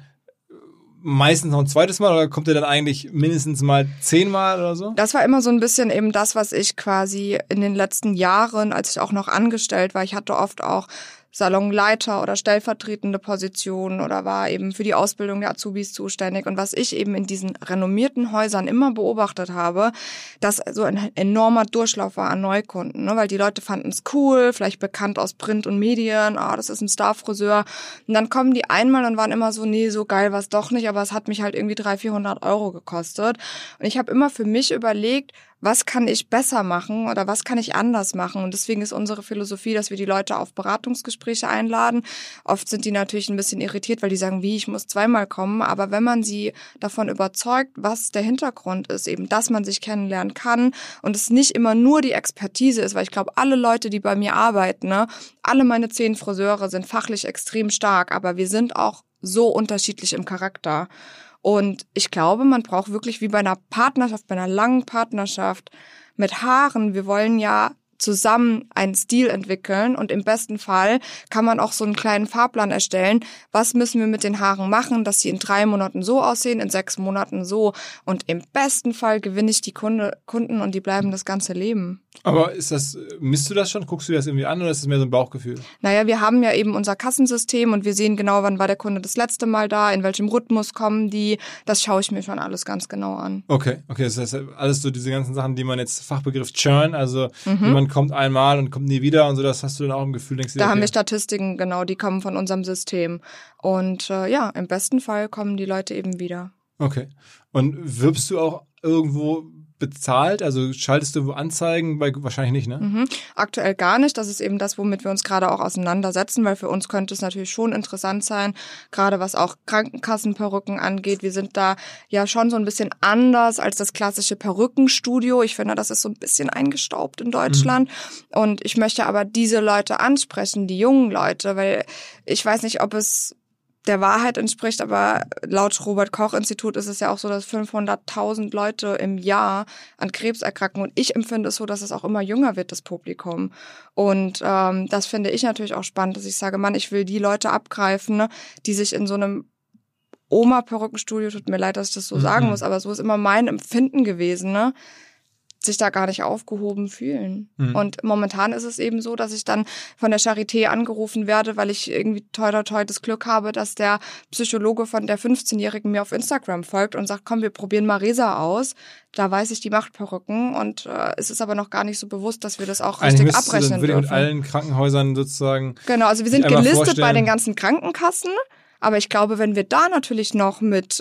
S2: meistens noch ein zweites Mal oder kommt er dann eigentlich mindestens mal 10 Mal oder so?
S3: Das war immer so ein bisschen eben das, was ich quasi in den letzten Jahren, als ich auch noch angestellt war, ich hatte oft auch Salonleiter oder stellvertretende Positionen oder war eben für die Ausbildung der Azubis zuständig. Und was ich eben in diesen renommierten Häusern immer beobachtet habe, dass so ein enormer Durchlauf war an Neukunden, ne? Weil die Leute fanden es cool, vielleicht bekannt aus Print und Medien, das ist ein Starfriseur. Und dann kommen die einmal und waren immer so, nee, so geil war es doch nicht, aber es hat mich halt irgendwie 300-400 € gekostet. Und ich habe immer für mich überlegt, was kann ich besser machen oder was kann ich anders machen? Und deswegen ist unsere Philosophie, dass wir die Leute auf Beratungsgespräche einladen. Oft sind die natürlich ein bisschen irritiert, weil die sagen, ich muss 2-mal kommen. Aber wenn man sie davon überzeugt, was der Hintergrund ist, eben, dass man sich kennenlernen kann und es nicht immer nur die Expertise ist, weil ich glaube, alle Leute, die bei mir arbeiten, ne, alle meine 10 Friseure sind fachlich extrem stark, aber wir sind auch so unterschiedlich im Charakter. Und ich glaube, man braucht wirklich wie bei einer Partnerschaft, bei einer langen Partnerschaft mit Haaren. Wir wollen ja zusammen einen Stil entwickeln und im besten Fall kann man auch so einen kleinen Fahrplan erstellen. Was müssen wir mit den Haaren machen, dass sie in 3 Monaten so aussehen, in 6 Monaten so. Und im besten Fall gewinne ich die Kunden und die bleiben das ganze Leben.
S2: Aber misst du das schon? Guckst du dir das irgendwie an oder ist das mehr so ein Bauchgefühl?
S3: Naja, wir haben ja eben unser Kassensystem und wir sehen genau, wann war der Kunde das letzte Mal da, in welchem Rhythmus kommen die. Das schaue ich mir schon alles ganz genau an.
S2: Okay. Das heißt, alles so diese ganzen Sachen, die man jetzt Fachbegriff Churn, also jemand kommt einmal und kommt nie wieder und so, das hast du dann auch im Gefühl, denkst du,
S3: da haben wir Statistiken, genau, die kommen von unserem System. Und im besten Fall kommen die Leute eben wieder.
S2: Okay. Und wirbst du auch irgendwo bezahlt? Also schaltest du Anzeigen? Wahrscheinlich nicht, ne?
S3: Aktuell gar nicht. Das ist eben das, womit wir uns gerade auch auseinandersetzen, weil für uns könnte es natürlich schon interessant sein, gerade was auch Krankenkassenperücken angeht. Wir sind da ja schon so ein bisschen anders als das klassische Perückenstudio. Ich finde, das ist so ein bisschen eingestaubt in Deutschland. Und ich möchte aber diese Leute ansprechen, die jungen Leute, weil ich weiß nicht, ob es der Wahrheit entspricht, aber laut Robert-Koch-Institut ist es ja auch so, dass 500.000 Leute im Jahr an Krebs erkranken. Und ich empfinde es so, dass es auch immer jünger wird, das Publikum. Und das finde ich natürlich auch spannend, dass ich sage, Mann, ich will die Leute abgreifen, ne, die sich in so einem Oma-Perückenstudio, tut mir leid, dass ich das so sagen muss, aber so ist immer mein Empfinden gewesen, ne, sich da gar nicht aufgehoben fühlen. Und momentan ist es eben so, dass ich dann von der Charité angerufen werde, weil ich irgendwie toi das Glück habe, dass der Psychologe von der 15-Jährigen mir auf Instagram folgt und sagt, komm, wir probieren mal Resa aus. Da weiß ich, die macht Perücken und es ist aber noch gar nicht so bewusst, dass wir das auch richtig abrechnen dürfen.
S2: Mit allen Krankenhäusern sozusagen.
S3: Genau, also wir sind gelistet bei den ganzen Krankenkassen, aber ich glaube, wenn wir da natürlich noch mit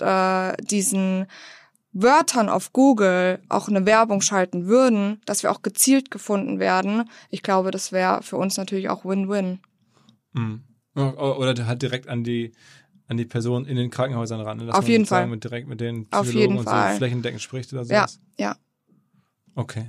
S3: diesen Wörtern auf Google auch eine Werbung schalten würden, dass wir auch gezielt gefunden werden, ich glaube, das wäre für uns natürlich auch Win-Win.
S2: Oder halt direkt an die Person in den Krankenhäusern ran. Ne? Dass
S3: auf jeden Fall.
S2: Direkt mit den
S3: Psychologen auf jeden
S2: und
S3: Fall.
S2: So flächendeckend spricht oder sowas.
S3: Ja.
S2: Okay.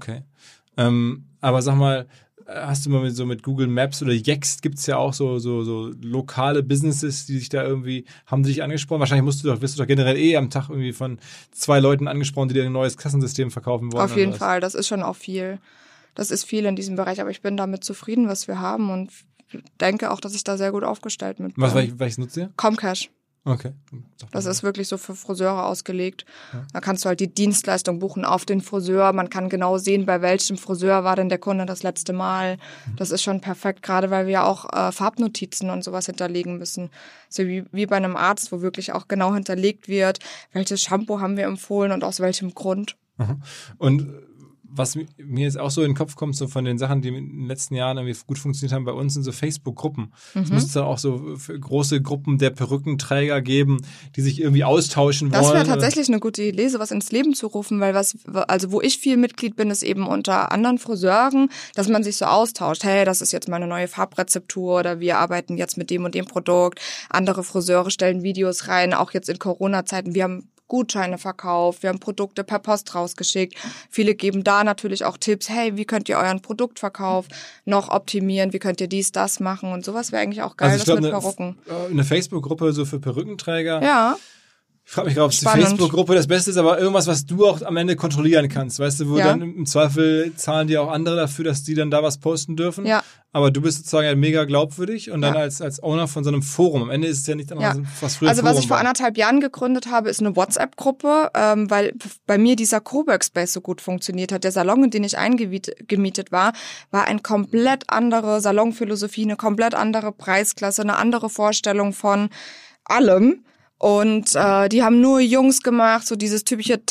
S2: Aber sag mal, hast du mal mit Google Maps oder Yext gibt's ja auch so lokale Businesses, die sich da irgendwie, haben die dich angesprochen? Wahrscheinlich wirst du doch generell am Tag irgendwie von 2 Leuten angesprochen, die dir ein neues Kassensystem verkaufen wollen.
S3: Auf jeden Fall, das ist schon auch viel. Das ist viel in diesem Bereich, aber ich bin damit zufrieden, was wir haben und denke auch, dass ich da sehr gut aufgestellt bin.
S2: Welches nutzt ihr?
S3: Comcash.
S2: Okay.
S3: Das ist wirklich so für Friseure ausgelegt. Ja. Da kannst du halt die Dienstleistung buchen auf den Friseur. Man kann genau sehen, bei welchem Friseur war denn der Kunde das letzte Mal. Das ist schon perfekt, gerade weil wir ja auch Farbnotizen und sowas hinterlegen müssen. So wie bei einem Arzt, wo wirklich auch genau hinterlegt wird, welches Shampoo haben wir empfohlen und aus welchem Grund.
S2: Und was mir jetzt auch so in den Kopf kommt, so von den Sachen, die in den letzten Jahren irgendwie gut funktioniert haben, bei uns sind so Facebook-Gruppen. Es müsste dann auch so große Gruppen der Perückenträger geben, die sich irgendwie austauschen wollen.
S3: Das wäre tatsächlich eine gute Idee, sowas ins Leben zu rufen, weil wo ich viel Mitglied bin, ist eben unter anderen Friseuren, dass man sich so austauscht. Hey, das ist jetzt meine neue Farbrezeptur oder wir arbeiten jetzt mit dem und dem Produkt. Andere Friseure stellen Videos rein, auch jetzt in Corona-Zeiten. Wir haben Gutscheine verkauft, wir haben Produkte per Post rausgeschickt. Viele geben da natürlich auch Tipps, hey, wie könnt ihr euren Produktverkauf noch optimieren, wie könnt ihr dies, das machen und sowas wäre eigentlich auch geil,
S2: also
S3: das mit Perücken.
S2: Eine Facebook-Gruppe so für Perückenträger.
S3: Ja.
S2: Ich frage mich gerade, ob die Facebook-Gruppe das Beste ist, aber irgendwas, was du auch am Ende kontrollieren kannst, weißt du, wo dann im Zweifel zahlen dir auch andere dafür, dass die dann da was posten dürfen. Ja. Aber du bist sozusagen ja mega glaubwürdig und dann als Owner von so einem Forum. Am Ende ist es ja nicht anders, was früher
S3: Also
S2: Forum
S3: was ich vor 1,5 Jahren gegründet habe, ist eine WhatsApp-Gruppe, weil bei mir dieser Coworkspace so gut funktioniert hat. Der Salon, in den ich eingemietet war eine komplett andere Salonphilosophie, eine komplett andere Preisklasse, eine andere Vorstellung von allem. Und die haben nur Jungs gemacht, so dieses typische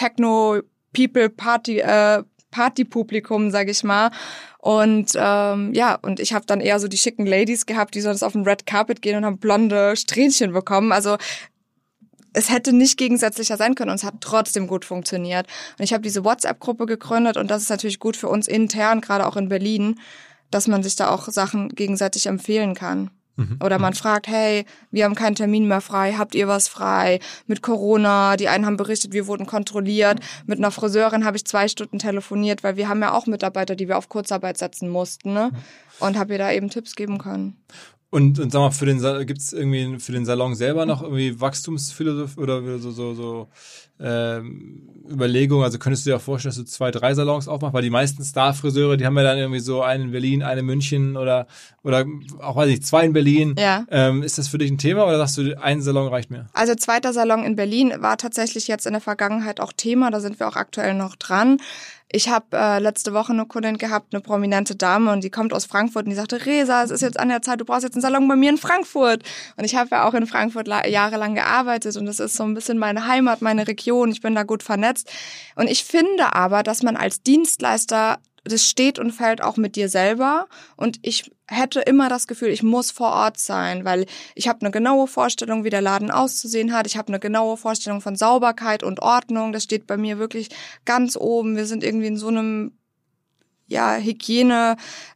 S3: Techno-People-Party-Publikum, sag ich mal. Und und ich habe dann eher so die schicken Ladies gehabt, die sonst auf den Red Carpet gehen und haben blonde Strähnchen bekommen. Also es hätte nicht gegensätzlicher sein können und es hat trotzdem gut funktioniert. Und ich habe diese WhatsApp-Gruppe gegründet und das ist natürlich gut für uns intern, gerade auch in Berlin, dass man sich da auch Sachen gegenseitig empfehlen kann. Oder man fragt, hey, wir haben keinen Termin mehr frei, habt ihr was frei? Mit Corona, die einen haben berichtet, wir wurden kontrolliert. Mit einer Friseurin habe ich 2 Stunden telefoniert, weil wir haben ja auch Mitarbeiter, die wir auf Kurzarbeit setzen mussten, ne? Und habe ihr da eben Tipps geben können.
S2: Und sag mal, gibt es irgendwie für den Salon selber noch irgendwie Wachstumsphilosophie oder so Überlegungen? Also könntest du dir auch vorstellen, dass du 2, 3 Salons aufmachst? Weil die meisten Star-Friseure, die haben ja dann irgendwie so einen in Berlin, einen in München oder auch, weiß ich, 2 in Berlin. Ja. Ist das für dich ein Thema oder sagst du, ein Salon reicht mir?
S3: Also 2. Salon in Berlin war tatsächlich jetzt in der Vergangenheit auch Thema. Da sind wir auch aktuell noch dran. Ich habe letzte Woche eine Kundin gehabt, eine prominente Dame, und die kommt aus Frankfurt und die sagte, Resa, es ist jetzt an der Zeit, du brauchst jetzt einen Salon bei mir in Frankfurt. Und ich habe ja auch in Frankfurt jahrelang gearbeitet und das ist so ein bisschen meine Heimat, meine Region, ich bin da gut vernetzt. Und ich finde aber, dass man als Dienstleister, das steht und fällt auch mit dir selber, und ich hätte immer das Gefühl, ich muss vor Ort sein, weil ich habe eine genaue Vorstellung, wie der Laden auszusehen hat. Ich habe eine genaue Vorstellung von Sauberkeit und Ordnung. Das steht bei mir wirklich ganz oben. Wir sind irgendwie in so einem Hygiene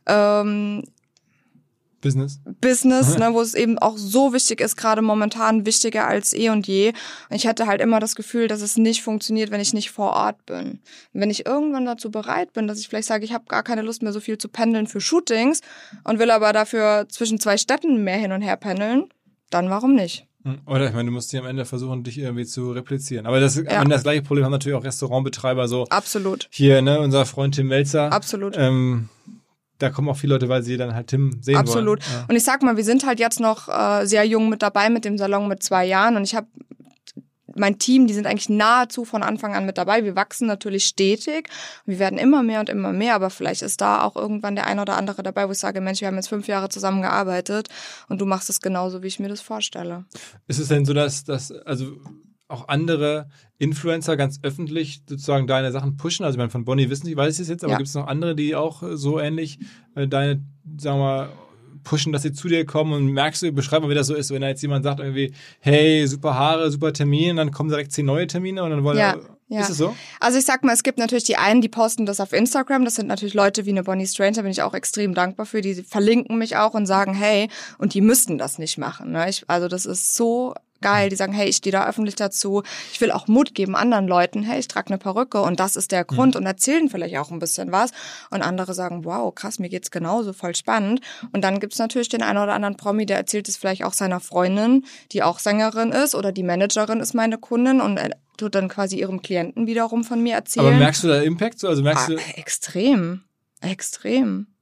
S3: Business, ne, wo es eben auch so wichtig ist, gerade momentan wichtiger als eh und je. Und ich hatte halt immer das Gefühl, dass es nicht funktioniert, wenn ich nicht vor Ort bin. Und wenn ich irgendwann dazu bereit bin, dass ich vielleicht sage, ich habe gar keine Lust mehr, so viel zu pendeln für Shootings und will aber dafür zwischen 2 Städten mehr hin und her pendeln, dann warum nicht?
S2: Oder ich meine, du musst hier am Ende versuchen, dich irgendwie zu replizieren. Aber das gleiche Problem haben natürlich auch Restaurantbetreiber so.
S3: Absolut.
S2: Hier, ne, unser Freund Tim Melzer.
S3: Absolut.
S2: Da kommen auch viele Leute, weil sie dann halt Tim sehen
S3: Absolut.
S2: wollen. Ja.
S3: Und ich sag mal, wir sind halt jetzt noch sehr jung mit dabei mit dem Salon mit 2 Jahren, und ich habe mein Team, die sind eigentlich nahezu von Anfang an mit dabei. Wir wachsen natürlich stetig. Wir werden immer mehr und immer mehr, aber vielleicht ist da auch irgendwann der ein oder andere dabei, wo ich sage, Mensch, wir haben jetzt 5 Jahre zusammengearbeitet und du machst es genauso, wie ich mir das vorstelle.
S2: Ist es denn so, dass also auch andere Influencer ganz öffentlich sozusagen deine Sachen pushen? Also ich meine, von Bonnie wissen Sie, weiß ich es jetzt, aber gibt es noch andere, die auch so ähnlich deine, sagen wir mal, pushen, dass sie zu dir kommen, und merkst du, beschreib mal, wie das so ist, wenn da jetzt jemand sagt irgendwie, hey, super Haare, super Termin, dann kommen direkt 10 neue Termine und dann wollen Ist es so?
S3: Also ich sag mal, es gibt natürlich die einen, die posten das auf Instagram, das sind natürlich Leute wie eine Bonnie Strange, da bin ich auch extrem dankbar für, die verlinken mich auch und sagen, hey, und die müssten das nicht machen, ne? Also das ist so geil, die sagen, hey, ich stehe da öffentlich dazu, ich will auch Mut geben anderen Leuten, hey, ich trage eine Perücke und das ist der Grund, und erzählen vielleicht auch ein bisschen was, und andere sagen, wow, krass, mir geht's genauso, voll spannend. Und dann gibt's natürlich den einen oder anderen Promi, der erzählt es vielleicht auch seiner Freundin, die auch Sängerin ist, oder die Managerin ist meine Kundin, und tut dann quasi ihrem Klienten wiederum von mir erzählen.
S2: Aber merkst du da Impact? Also merkst du?
S3: Extrem.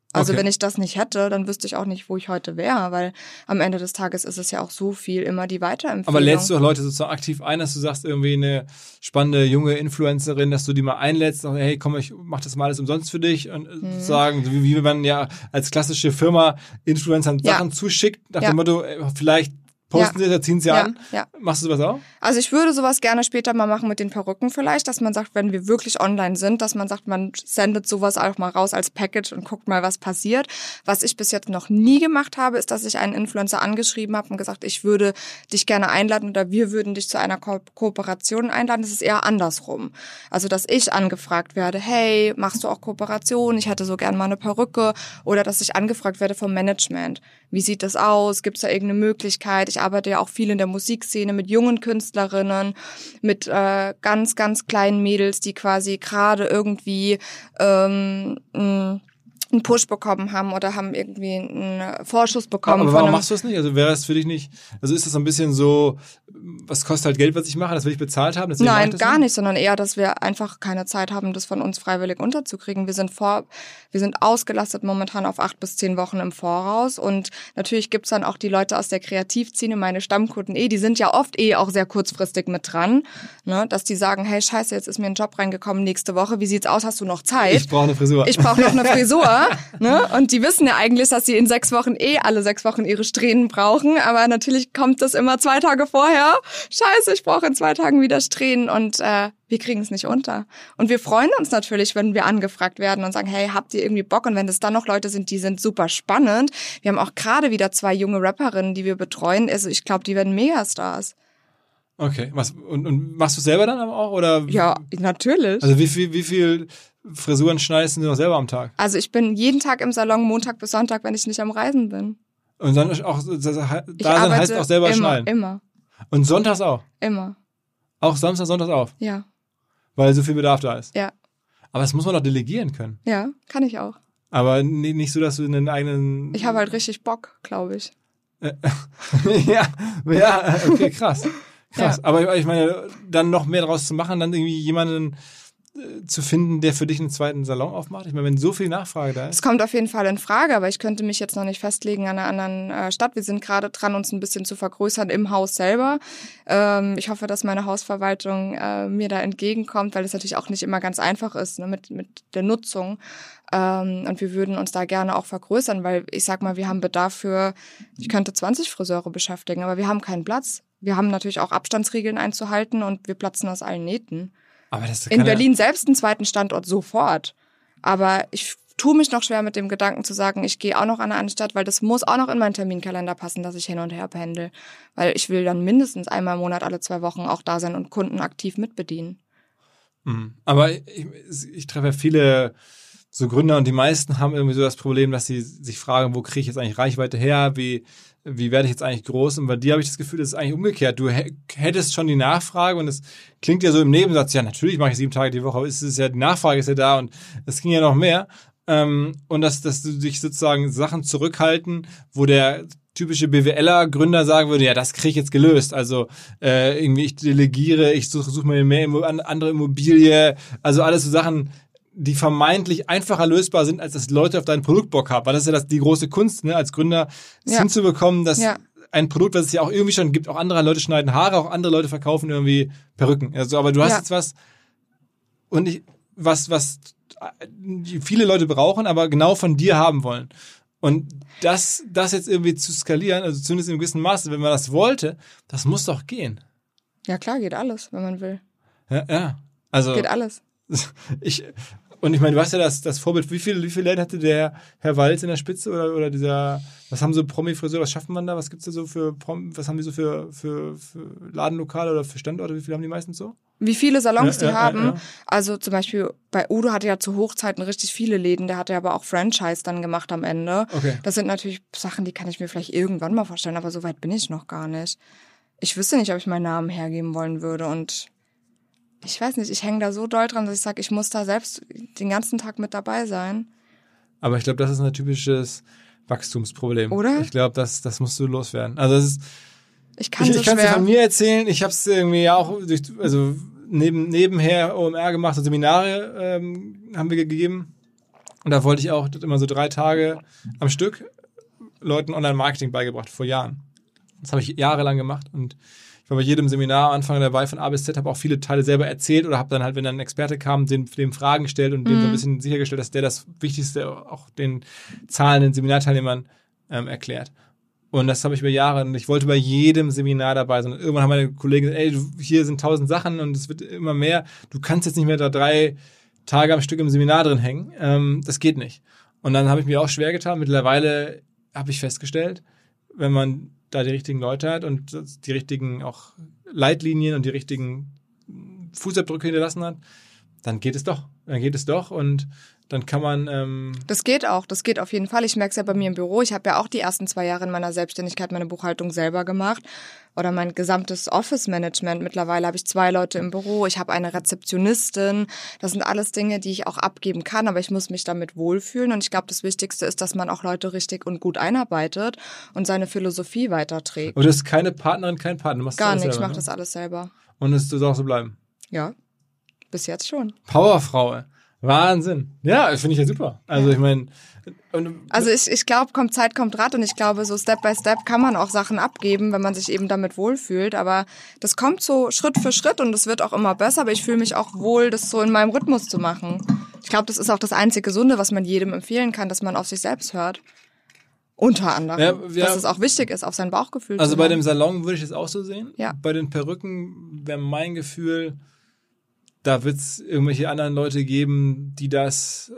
S3: Also
S2: Okay.
S3: wenn ich das nicht hätte, dann wüsste ich auch nicht, wo ich heute wäre, weil am Ende des Tages ist es ja auch so viel immer die Weiterempfehlung.
S2: Aber lädst du auch Leute sozusagen aktiv ein, dass du sagst, irgendwie eine spannende junge Influencerin, dass du die mal einlädst, und, hey, komm, ich mach das mal alles umsonst für dich und sagen, so wie man ja als klassische Firma Influencern Sachen zuschickt, nach dem Motto, vielleicht posten sie das, ziehen sie an.
S3: Ja.
S2: Machst du sowas auch?
S3: Also ich würde sowas gerne später mal machen mit den Perücken vielleicht, dass man sagt, wenn wir wirklich online sind, dass man sagt, man sendet sowas auch mal raus als Package und guckt mal, was passiert. Was ich bis jetzt noch nie gemacht habe, ist, dass ich einen Influencer angeschrieben habe und gesagt, ich würde dich gerne einladen oder wir würden dich zu einer Kooperation einladen. Das ist eher andersrum. Also, dass ich angefragt werde, hey, machst du auch Kooperation? Ich hätte so gerne mal eine Perücke. Oder dass ich angefragt werde vom Management. Wie sieht das aus? Gibt es da irgendeine Möglichkeit? Ich arbeite ja auch viel in der Musikszene mit jungen Künstlerinnen, mit ganz, ganz kleinen Mädels, die quasi gerade irgendwie einen Push bekommen haben oder haben irgendwie einen Vorschuss bekommen.
S2: Aber warum machst du das nicht? Also wäre es für dich nicht, also ist das so ein bisschen so, was kostet halt Geld, was ich mache, das will ich bezahlt haben?
S3: Nein, gar nicht, sondern eher, dass wir einfach keine Zeit haben, das von uns freiwillig unterzukriegen. Wir sind ausgelastet momentan auf 8 bis 10 Wochen im Voraus und natürlich gibt's dann auch die Leute aus der Kreativszene, meine Stammkunden die sind ja oft auch sehr kurzfristig mit dran, ne, dass die sagen, hey, scheiße, jetzt ist mir ein Job reingekommen nächste Woche, wie sieht's aus, hast du noch Zeit?
S2: Ich brauche eine Frisur.
S3: Ich brauche noch eine Frisur. Ne? Und die wissen ja eigentlich, dass sie in 6 Wochen alle 6 Wochen ihre Strähnen brauchen. Aber natürlich kommt das immer 2 Tage vorher. Scheiße, ich brauche in 2 Tagen wieder Strähnen. Und wir kriegen es nicht unter. Und wir freuen uns natürlich, wenn wir angefragt werden und sagen, hey, habt ihr irgendwie Bock? Und wenn das dann noch Leute sind, die sind super spannend. Wir haben auch gerade wieder 2 junge Rapperinnen, die wir betreuen. Also ich glaube, die werden Megastars.
S2: Okay, und machst du selber dann aber auch? Oder?
S3: Ja, natürlich.
S2: Also wie viel Frisuren schneidest du noch selber am Tag?
S3: Also ich bin jeden Tag im Salon, Montag bis Sonntag, wenn ich nicht am Reisen bin.
S2: Und dann auch, da heißt auch selber schneiden?
S3: Immer.
S2: Und sonntags auch?
S3: Immer.
S2: Auch Samstag, Sonntags auch?
S3: Ja.
S2: Weil so viel Bedarf da ist?
S3: Ja.
S2: Aber das muss man doch delegieren können.
S3: Ja, kann ich auch.
S2: Aber nicht so, dass du einen eigenen...
S3: Ich habe halt richtig Bock, glaube ich.
S2: ja, okay, krass. Ja. Aber ich meine, dann noch mehr draus zu machen, dann irgendwie jemanden zu finden, der für dich einen zweiten Salon aufmacht? Ich meine, wenn so viel Nachfrage da ist.
S3: Es kommt auf jeden Fall in Frage, aber ich könnte mich jetzt noch nicht festlegen an einer anderen Stadt. Wir sind gerade dran, uns ein bisschen zu vergrößern im Haus selber. Ich hoffe, dass meine Hausverwaltung mir da entgegenkommt, weil es natürlich auch nicht immer ganz einfach ist, ne, mit der Nutzung. Und wir würden uns da gerne auch vergrößern, weil ich sag mal, wir haben Bedarf für, ich könnte 20 Friseure beschäftigen, aber wir haben keinen Platz. Wir haben natürlich auch Abstandsregeln einzuhalten und wir platzen aus allen Nähten.
S2: Aber das
S3: in Berlin selbst einen zweiten Standort sofort. Aber ich tue mich noch schwer mit dem Gedanken zu sagen, ich gehe auch noch an eine andere Stadt, weil das muss auch noch in meinen Terminkalender passen, dass ich hin und her pendel. Weil ich will dann mindestens einmal im Monat alle 2 Wochen auch da sein und Kunden aktiv mitbedienen.
S2: Aber ich treffe ja viele so Gründer und die meisten haben irgendwie so das Problem, dass sie sich fragen, wo kriege ich jetzt eigentlich Reichweite her, wie werde ich jetzt eigentlich groß? Und bei dir habe ich das Gefühl, das ist eigentlich umgekehrt. Du hättest schon die Nachfrage und es klingt ja so im Nebensatz, ja natürlich mache ich 7 Tage die Woche, aber es ist ja, die Nachfrage ist ja da und es ging ja noch mehr. Und dass du dich sozusagen Sachen zurückhalten, wo der typische BWLer-Gründer sagen würde, ja, das kriege ich jetzt gelöst. Also irgendwie ich delegiere, ich suche mir mehr andere Immobilie, also alles so Sachen, die vermeintlich einfacher lösbar sind, als dass Leute auf dein Produkt Bock haben. Weil das ist ja die große Kunst, ne, als Gründer hinzubekommen, dass ein Produkt, was es ja auch irgendwie schon gibt, auch andere Leute schneiden Haare, auch andere Leute verkaufen irgendwie Perücken. Also, aber du hast jetzt was und was viele Leute brauchen, aber genau von dir haben wollen. Und das jetzt irgendwie zu skalieren, also zumindest in einem gewissen Maße, wenn man das wollte, das muss doch gehen.
S3: Ja klar, geht alles, wenn man will.
S2: Ja. Also
S3: geht alles.
S2: Und ich meine, du hast ja das Vorbild, wie viele Läden hatte der Herr Walz in der Spitze oder dieser, was haben so Promi-Friseure, was schafft man da, was gibt's da so was haben die so für Ladenlokale oder für Standorte, wie viele haben die meistens so?
S3: Wie viele Salons die haben.
S2: Ja.
S3: Also zum Beispiel bei Udo hatte ja zu Hochzeiten richtig viele Läden, der hatte aber auch Franchise dann gemacht am Ende.
S2: Okay.
S3: Das sind natürlich Sachen, die kann ich mir vielleicht irgendwann mal vorstellen, aber so weit bin ich noch gar nicht. Ich wüsste nicht, ob ich meinen Namen hergeben wollen würde und ich weiß nicht, ich hänge da so doll dran, dass ich sage, ich muss da selbst den ganzen Tag mit dabei sein.
S2: Aber ich glaube, das ist ein typisches Wachstumsproblem.
S3: Oder?
S2: Ich glaube, das musst du loswerden. Also das ist,
S3: ich kann es
S2: dir von mir erzählen, ich habe es irgendwie auch nebenher OMR gemacht, und Seminare haben wir gegeben. Und da wollte ich auch immer so 3 Tage am Stück Leuten Online-Marketing beigebracht, vor Jahren. Das habe ich jahrelang gemacht und ich war bei jedem Seminar am Anfang dabei von A bis Z, habe auch viele Teile selber erzählt oder habe dann halt, wenn dann ein Experte kam, dem Fragen gestellt und dem so ein bisschen sichergestellt, dass der das Wichtigste auch den zahlenden Seminarteilnehmern erklärt. Und das habe ich über Jahre und ich wollte bei jedem Seminar dabei sein. Und irgendwann haben meine Kollegen gesagt, hier sind 1000 Sachen und es wird immer mehr. Du kannst jetzt nicht mehr da 3 Tage am Stück im Seminar drin hängen. Das geht nicht. Und dann habe ich mir auch schwer getan. Mittlerweile habe ich festgestellt, wenn man da die richtigen Leute hat und die richtigen auch Leitlinien und die richtigen Fußabdrücke hinterlassen hat, dann geht es doch. Und dann kann man...
S3: Das geht auch, das geht auf jeden Fall. Ich merke es ja bei mir im Büro. Ich habe ja auch die ersten 2 Jahre in meiner Selbstständigkeit meine Buchhaltung selber gemacht oder mein gesamtes Office-Management. Mittlerweile habe ich 2 Leute im Büro, ich habe eine Rezeptionistin. Das sind alles Dinge, die ich auch abgeben kann, aber ich muss mich damit wohlfühlen. Und ich glaube, das Wichtigste ist, dass man auch Leute richtig und gut einarbeitet und seine Philosophie weiterträgt.
S2: Aber du hast keine Partnerin, kein Partner. Du machst
S3: Gar
S2: das
S3: nicht,
S2: selber,
S3: ich mache
S2: ne?
S3: das alles selber.
S2: Und es soll auch so bleiben.
S3: Ja, bis jetzt schon.
S2: Powerfrau. Wahnsinn. Ja, finde ich ja super. Also ich meine...
S3: Also ich glaube, kommt Zeit, kommt Rat und ich glaube, so Step by Step kann man auch Sachen abgeben, wenn man sich eben damit wohlfühlt, aber das kommt so Schritt für Schritt und es wird auch immer besser, aber ich fühle mich auch wohl, das so in meinem Rhythmus zu machen. Ich glaube, das ist auch das einzige Gesunde, was man jedem empfehlen kann, dass man auf sich selbst hört. Unter anderem. Ja, dass es auch wichtig ist, auf sein Bauchgefühl zu hören.
S2: Also bei dem Salon würde ich das auch so sehen.
S3: Ja.
S2: Bei den Perücken wäre mein Gefühl, da wird es irgendwelche anderen Leute geben, die das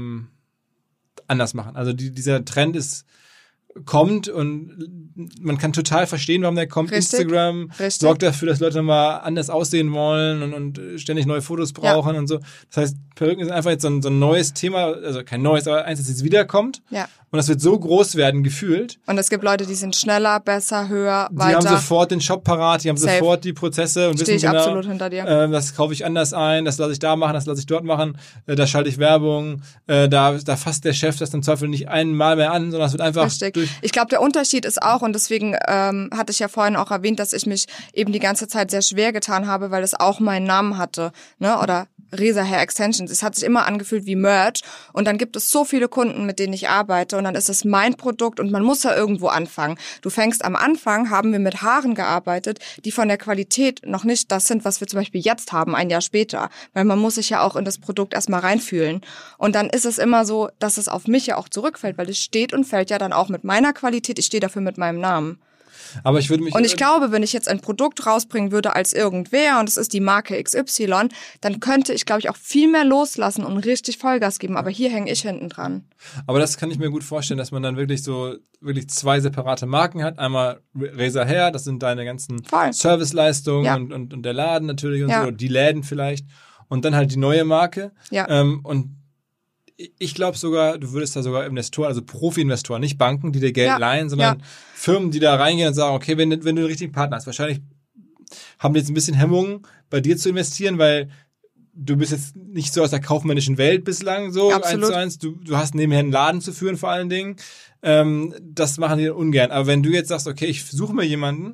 S2: anders machen. Also dieser Trend kommt und man kann total verstehen, warum der kommt.
S3: Richtig.
S2: Instagram sorgt dafür, dass Leute mal anders aussehen wollen und ständig neue Fotos brauchen und so. Das heißt, Perücken sind einfach jetzt so ein neues Thema, also kein neues, aber eins, das jetzt wiederkommt.
S3: Ja.
S2: Und das wird so groß werden, gefühlt.
S3: Und es gibt Leute, die sind schneller, besser, höher, weiter.
S2: Die haben sofort den Shop parat, die haben sofort die Prozesse und wissen genau,
S3: absolut hinter dir.
S2: Das kaufe ich anders ein, das lasse ich da machen, das lasse ich dort machen, da schalte ich Werbung, da fasst der Chef das im Zweifel nicht einmal mehr an, sondern es wird einfach
S3: Ich glaube, der Unterschied ist auch, und deswegen hatte ich ja vorhin auch erwähnt, dass ich mich eben die ganze Zeit sehr schwer getan habe, weil es auch meinen Namen hatte, ne, oder Resa Hair Extensions. Es hat sich immer angefühlt wie Merch und dann gibt es so viele Kunden, mit denen ich arbeite und dann ist es mein Produkt und man muss ja irgendwo anfangen. Du fängst am Anfang, haben wir mit Haaren gearbeitet, die von der Qualität noch nicht das sind, was wir zum Beispiel jetzt haben, ein Jahr später, weil man muss sich ja auch in das Produkt erstmal reinfühlen und dann ist es immer so, dass es auf mich ja auch zurückfällt, weil es steht und fällt ja dann auch mit meiner Qualität, ich stehe dafür mit meinem Namen.
S2: Aber ich würde mich...
S3: Und ich glaube, wenn ich jetzt ein Produkt rausbringen würde als irgendwer und es ist die Marke XY, dann könnte ich, glaube ich, auch viel mehr loslassen und richtig Vollgas geben. Aber hier hänge ich hinten dran.
S2: Aber das kann ich mir gut vorstellen, dass man dann wirklich 2 separate Marken hat. Einmal Resa Hair, das sind deine ganzen Serviceleistungen und der Laden natürlich und so, die Läden vielleicht. Und dann halt die neue Marke. Ja. Und ich glaube sogar, du würdest da sogar Investoren, also Profi-Investoren, nicht Banken, die dir Geld leihen, sondern Firmen, die da reingehen und sagen, okay, wenn du den richtigen Partner hast, wahrscheinlich haben die jetzt ein bisschen Hemmungen, bei dir zu investieren, weil du bist jetzt nicht so aus der kaufmännischen Welt bislang so,
S3: Absolut.
S2: 1:1, du hast nebenher einen Laden zu führen vor allen Dingen, das machen die ungern. Aber wenn du jetzt sagst, okay, ich suche mir jemanden,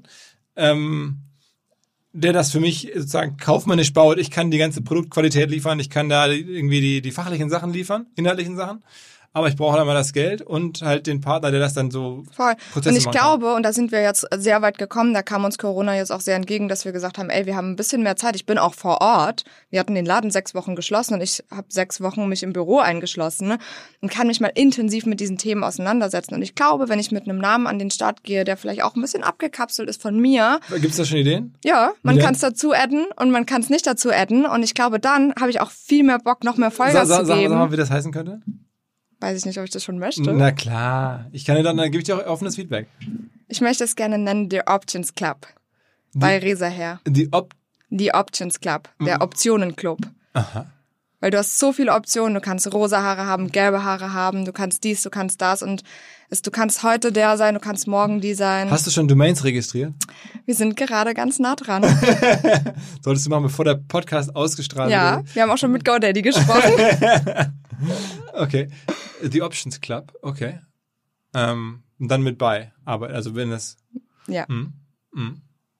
S2: der das für mich sozusagen kaufmännisch baut. Ich kann die ganze Produktqualität liefern, ich kann da irgendwie die fachlichen Sachen liefern, inhaltlichen Sachen. Aber ich brauche halt mal das Geld und halt den Partner, der das dann so
S3: Prozesse Und ich glaube, und da sind wir jetzt sehr weit gekommen, da kam uns Corona jetzt auch sehr entgegen, dass wir gesagt haben, wir haben ein bisschen mehr Zeit. Ich bin auch vor Ort. Wir hatten den Laden 6 Wochen geschlossen und ich habe 6 Wochen mich im Büro eingeschlossen und kann mich mal intensiv mit diesen Themen auseinandersetzen. Und ich glaube, wenn ich mit einem Namen an den Start gehe, der vielleicht auch ein bisschen abgekapselt ist von mir.
S2: Gibt's da schon Ideen?
S3: Ja, man kann es dazu adden und man kann es nicht dazu adden. Und ich glaube, dann habe ich auch viel mehr Bock, noch mehr Vollgas zu geben.
S2: Sag mal, wie das heißen könnte?
S3: Weiß ich nicht, ob ich das schon möchte.
S2: Na klar. Dann gebe ich dir auch offenes Feedback.
S3: Ich möchte es gerne nennen, der Options Club. Bei Resa Hair. Die Options Club. Der Optionen-Club.
S2: Aha.
S3: Weil du hast so viele Optionen. Du kannst rosa Haare haben, gelbe Haare haben, du kannst dies, du kannst das und du kannst heute der sein, du kannst morgen die sein.
S2: Hast du schon Domains registriert?
S3: Wir sind gerade ganz nah dran.
S2: Solltest du machen, bevor der Podcast ausgestrahlt wird.
S3: Ja, wir haben auch schon mit GoDaddy gesprochen.
S2: Okay. The Options Club, okay. Und dann mit bei. Aber, also wenn es...
S3: Ja.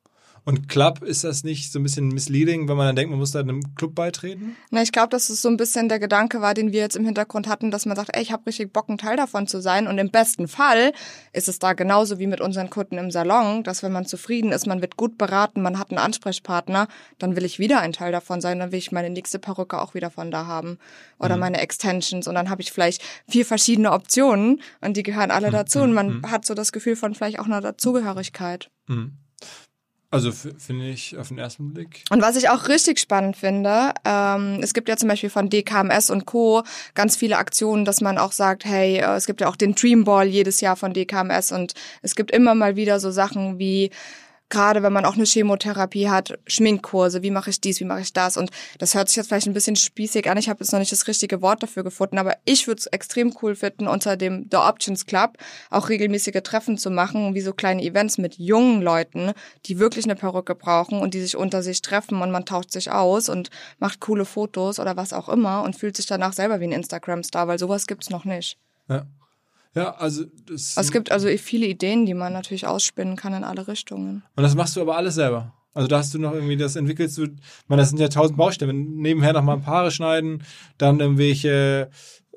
S2: Und Club, ist das nicht so ein bisschen misleading, wenn man dann denkt, man muss da einem Club beitreten?
S3: Na, ich glaube, dass es so ein bisschen der Gedanke war, den wir jetzt im Hintergrund hatten, dass man sagt, ey, ich habe richtig Bock, ein Teil davon zu sein. Und im besten Fall ist es da genauso wie mit unseren Kunden im Salon, dass wenn man zufrieden ist, man wird gut beraten, man hat einen Ansprechpartner, dann will ich wieder ein Teil davon sein, dann will ich meine nächste Perücke auch wieder von da haben. Oder meine Extensions. Und dann habe ich vielleicht 4 verschiedene Optionen und die gehören alle dazu. Und man hat so das Gefühl von vielleicht auch einer Dazugehörigkeit.
S2: Also finde ich auf den ersten Blick.
S3: Und was ich auch richtig spannend finde, es gibt ja zum Beispiel von DKMS und Co. ganz viele Aktionen, dass man auch sagt, hey, es gibt ja auch den Dream Ball jedes Jahr von DKMS und es gibt immer mal wieder so Sachen wie, gerade wenn man auch eine Chemotherapie hat, Schminkkurse, wie mache ich dies, wie mache ich das? Und das hört sich jetzt vielleicht ein bisschen spießig an, ich habe jetzt noch nicht das richtige Wort dafür gefunden, aber ich würde es extrem cool finden, unter dem The Options Club auch regelmäßige Treffen zu machen, wie so kleine Events mit jungen Leuten, die wirklich eine Perücke brauchen und die sich unter sich treffen und man tauscht sich aus und macht coole Fotos oder was auch immer und fühlt sich danach selber wie ein Instagram-Star, weil sowas gibt's noch nicht.
S2: Ja, also
S3: es gibt also viele Ideen, die man natürlich ausspinnen kann in alle Richtungen.
S2: Und das machst du aber alles selber? Also da hast du noch irgendwie, das entwickelst du, ich meine, das sind ja 1000 Baustellen, nebenher noch mal ein paar Haare schneiden, dann irgendwelche,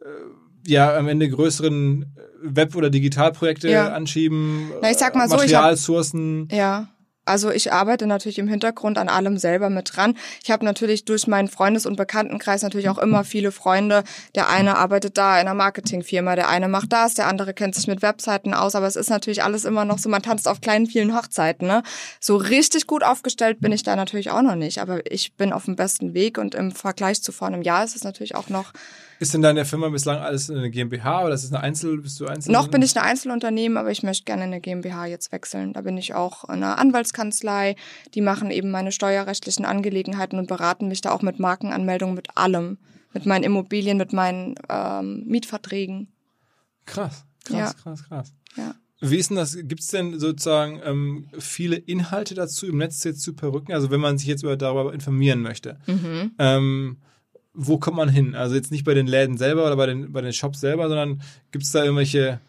S2: am Ende größeren Web- oder Digitalprojekte anschieben,
S3: na, ich sag mal
S2: Materialsourcen.
S3: Also ich arbeite natürlich im Hintergrund an allem selber mit dran. Ich habe natürlich durch meinen Freundes- und Bekanntenkreis natürlich auch immer viele Freunde. Der eine arbeitet da in einer Marketingfirma, der eine macht das, der andere kennt sich mit Webseiten aus. Aber es ist natürlich alles immer noch so, man tanzt auf kleinen, vielen Hochzeiten. Ne? So richtig gut aufgestellt bin ich da natürlich auch noch nicht. Aber ich bin auf dem besten Weg und im Vergleich zu vor einem Jahr ist es natürlich auch noch...
S2: Ist denn da in der Firma bislang alles eine GmbH oder ist es bist du Einzel?
S3: Noch bin ich ein Einzelunternehmen, aber ich möchte gerne in eine GmbH jetzt wechseln. Da bin ich auch in einer Anwaltskanzlei. Die machen eben meine steuerrechtlichen Angelegenheiten und beraten mich da auch mit Markenanmeldungen, mit allem. Mit meinen Immobilien, mit meinen Mietverträgen.
S2: Krass.
S3: Ja.
S2: Wie ist denn das? Gibt es denn sozusagen viele Inhalte dazu im Netz jetzt zu Perücken? Also wenn man sich jetzt darüber informieren möchte. Wo kommt man hin? Also jetzt nicht bei den Läden selber oder bei den Shops selber, sondern gibt es da irgendwelche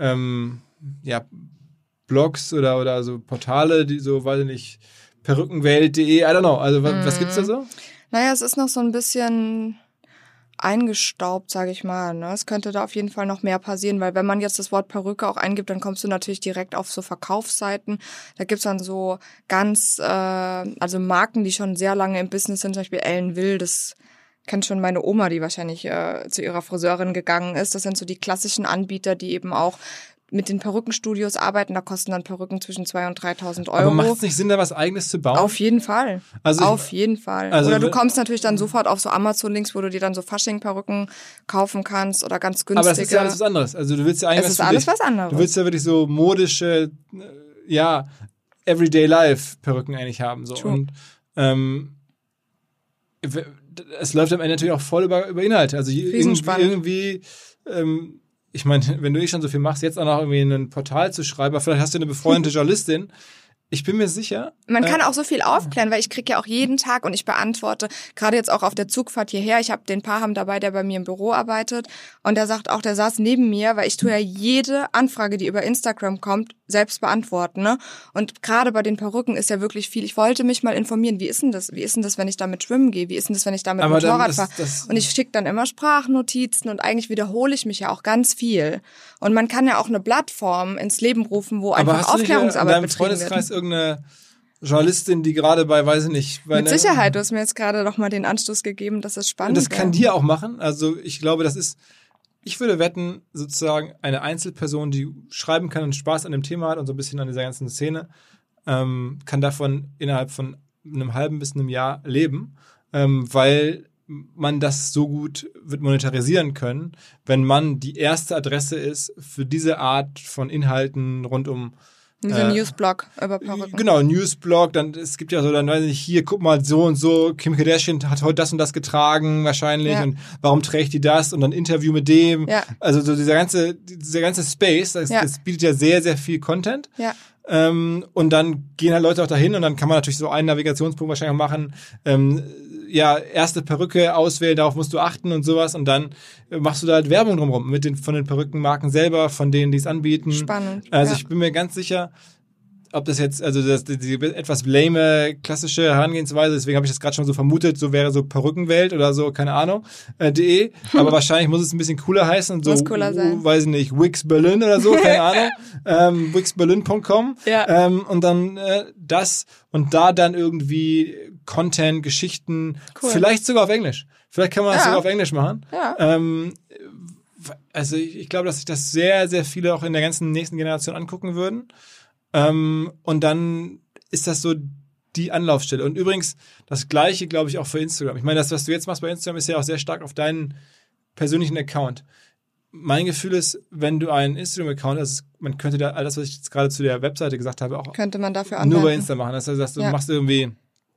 S2: Blogs oder so Portale, die so, weiß ich nicht, perückenwelt.de, I don't know. Also was gibt's da so?
S3: Naja, es ist noch so ein bisschen eingestaubt, sage ich mal. Ne? Es könnte da auf jeden Fall noch mehr passieren, weil wenn man jetzt das Wort Perücke auch eingibt, dann kommst du natürlich direkt auf so Verkaufsseiten. Da gibt's dann so ganz, also Marken, die schon sehr lange im Business sind, zum Beispiel Ellen Will, das kennt schon meine Oma, die wahrscheinlich zu ihrer Friseurin gegangen ist. Das sind so die klassischen Anbieter, die eben auch mit den Perückenstudios arbeiten. Da kosten dann Perücken zwischen 2.000 und 3.000 Euro.
S2: Aber macht es nicht Sinn, da was Eigenes zu bauen?
S3: Auf jeden Fall. Auf jeden Fall.
S2: Also
S3: oder du kommst natürlich dann sofort auf so Amazon-Links, wo du dir dann so Fasching-Perücken kaufen kannst oder ganz günstige.
S2: Aber das ist ja alles was anderes. Also du willst ja eigentlich
S3: es ist alles was anderes.
S2: Du willst ja wirklich so modische, Everyday Life Perücken eigentlich haben. So.
S3: True.
S2: Und es läuft am Ende natürlich auch voll über Inhalte. Also irgendwie ich meine, wenn du schon so viel machst, jetzt auch noch irgendwie ein Portal zu schreiben, vielleicht hast du eine befreundete Journalistin. Ich bin mir sicher.
S3: Man kann auch so viel aufklären, weil ich kriege ja auch jeden Tag und ich beantworte, gerade jetzt auch auf der Zugfahrt hierher, ich habe den Paham dabei, der bei mir im Büro arbeitet und der sagt auch, der saß neben mir, weil ich tue ja jede Anfrage, die über Instagram kommt, selbst beantworten. Ne? Und gerade bei den Perücken ist ja wirklich viel. Ich wollte mich mal informieren, wie ist denn das, wenn ich damit schwimmen gehe? Wie ist denn das, wenn ich damit Motorrad fahre? Und ich schicke dann immer Sprachnotizen und eigentlich wiederhole ich mich ja auch ganz viel. Und man kann ja auch eine Plattform ins Leben rufen, wo einfach Aufklärungsarbeit betrieben wird.
S2: Irgendeine Journalistin, die gerade bei, weiß ich nicht.
S3: Mit Sicherheit, du hast mir jetzt gerade noch mal den Anstoß gegeben, dass es spannend ist.
S2: Das kann die auch machen. Also ich glaube, ich würde wetten, sozusagen eine Einzelperson, die schreiben kann und Spaß an dem Thema hat und so ein bisschen an dieser ganzen Szene, kann davon innerhalb von einem halben bis einem Jahr leben, weil man das so gut wird monetarisieren können, wenn man die erste Adresse ist für diese Art von Inhalten rund um
S3: Dieser Newsblog über Perücken.
S2: Genau, Newsblog, es gibt ja so, dann weiß ich nicht, hier, guck mal, so und so, Kim Kardashian hat heute das und das getragen, wahrscheinlich, und warum trägt die das? Und dann Interview mit dem. Ja. Also so dieser ganze Space, das bietet ja sehr, sehr viel Content.
S3: Ja.
S2: Und dann gehen halt Leute auch dahin und dann kann man natürlich so einen Navigationspunkt wahrscheinlich auch machen, erste Perücke auswählen, darauf musst du achten und sowas und dann machst du da halt Werbung drumherum von den Perückenmarken selber, von denen, die es anbieten.
S3: Spannend.
S2: Also ich bin mir ganz sicher, ob das jetzt, also die etwas lame, klassische Herangehensweise, deswegen habe ich das gerade schon so vermutet, so wäre so Perückenwelt oder so, keine Ahnung, .de, aber wahrscheinlich muss es ein bisschen cooler heißen, so,
S3: muss cooler sein.
S2: Weiß ich nicht, Wix Berlin oder so, keine Ahnung, wixberlin.com,
S3: Ja.
S2: und dann das und da dann irgendwie Content, Geschichten,
S3: Cool.
S2: vielleicht sogar auf Englisch. Vielleicht kann man das sogar auf Englisch machen.
S3: Ja.
S2: Also ich glaube, dass sich das sehr, sehr viele auch in der ganzen nächsten Generation angucken würden. Und dann ist das so die Anlaufstelle. Und übrigens, das Gleiche, glaube ich, auch für Instagram. Ich meine, das, was du jetzt machst bei Instagram, ist ja auch sehr stark auf deinen persönlichen Account. Mein Gefühl ist, wenn du einen Instagram-Account hast, man könnte da all das, was ich jetzt gerade zu der Webseite gesagt habe, auch
S3: Könnte man dafür
S2: nur
S3: anwenden.
S2: bei Insta machen. Das heißt, du machst irgendwie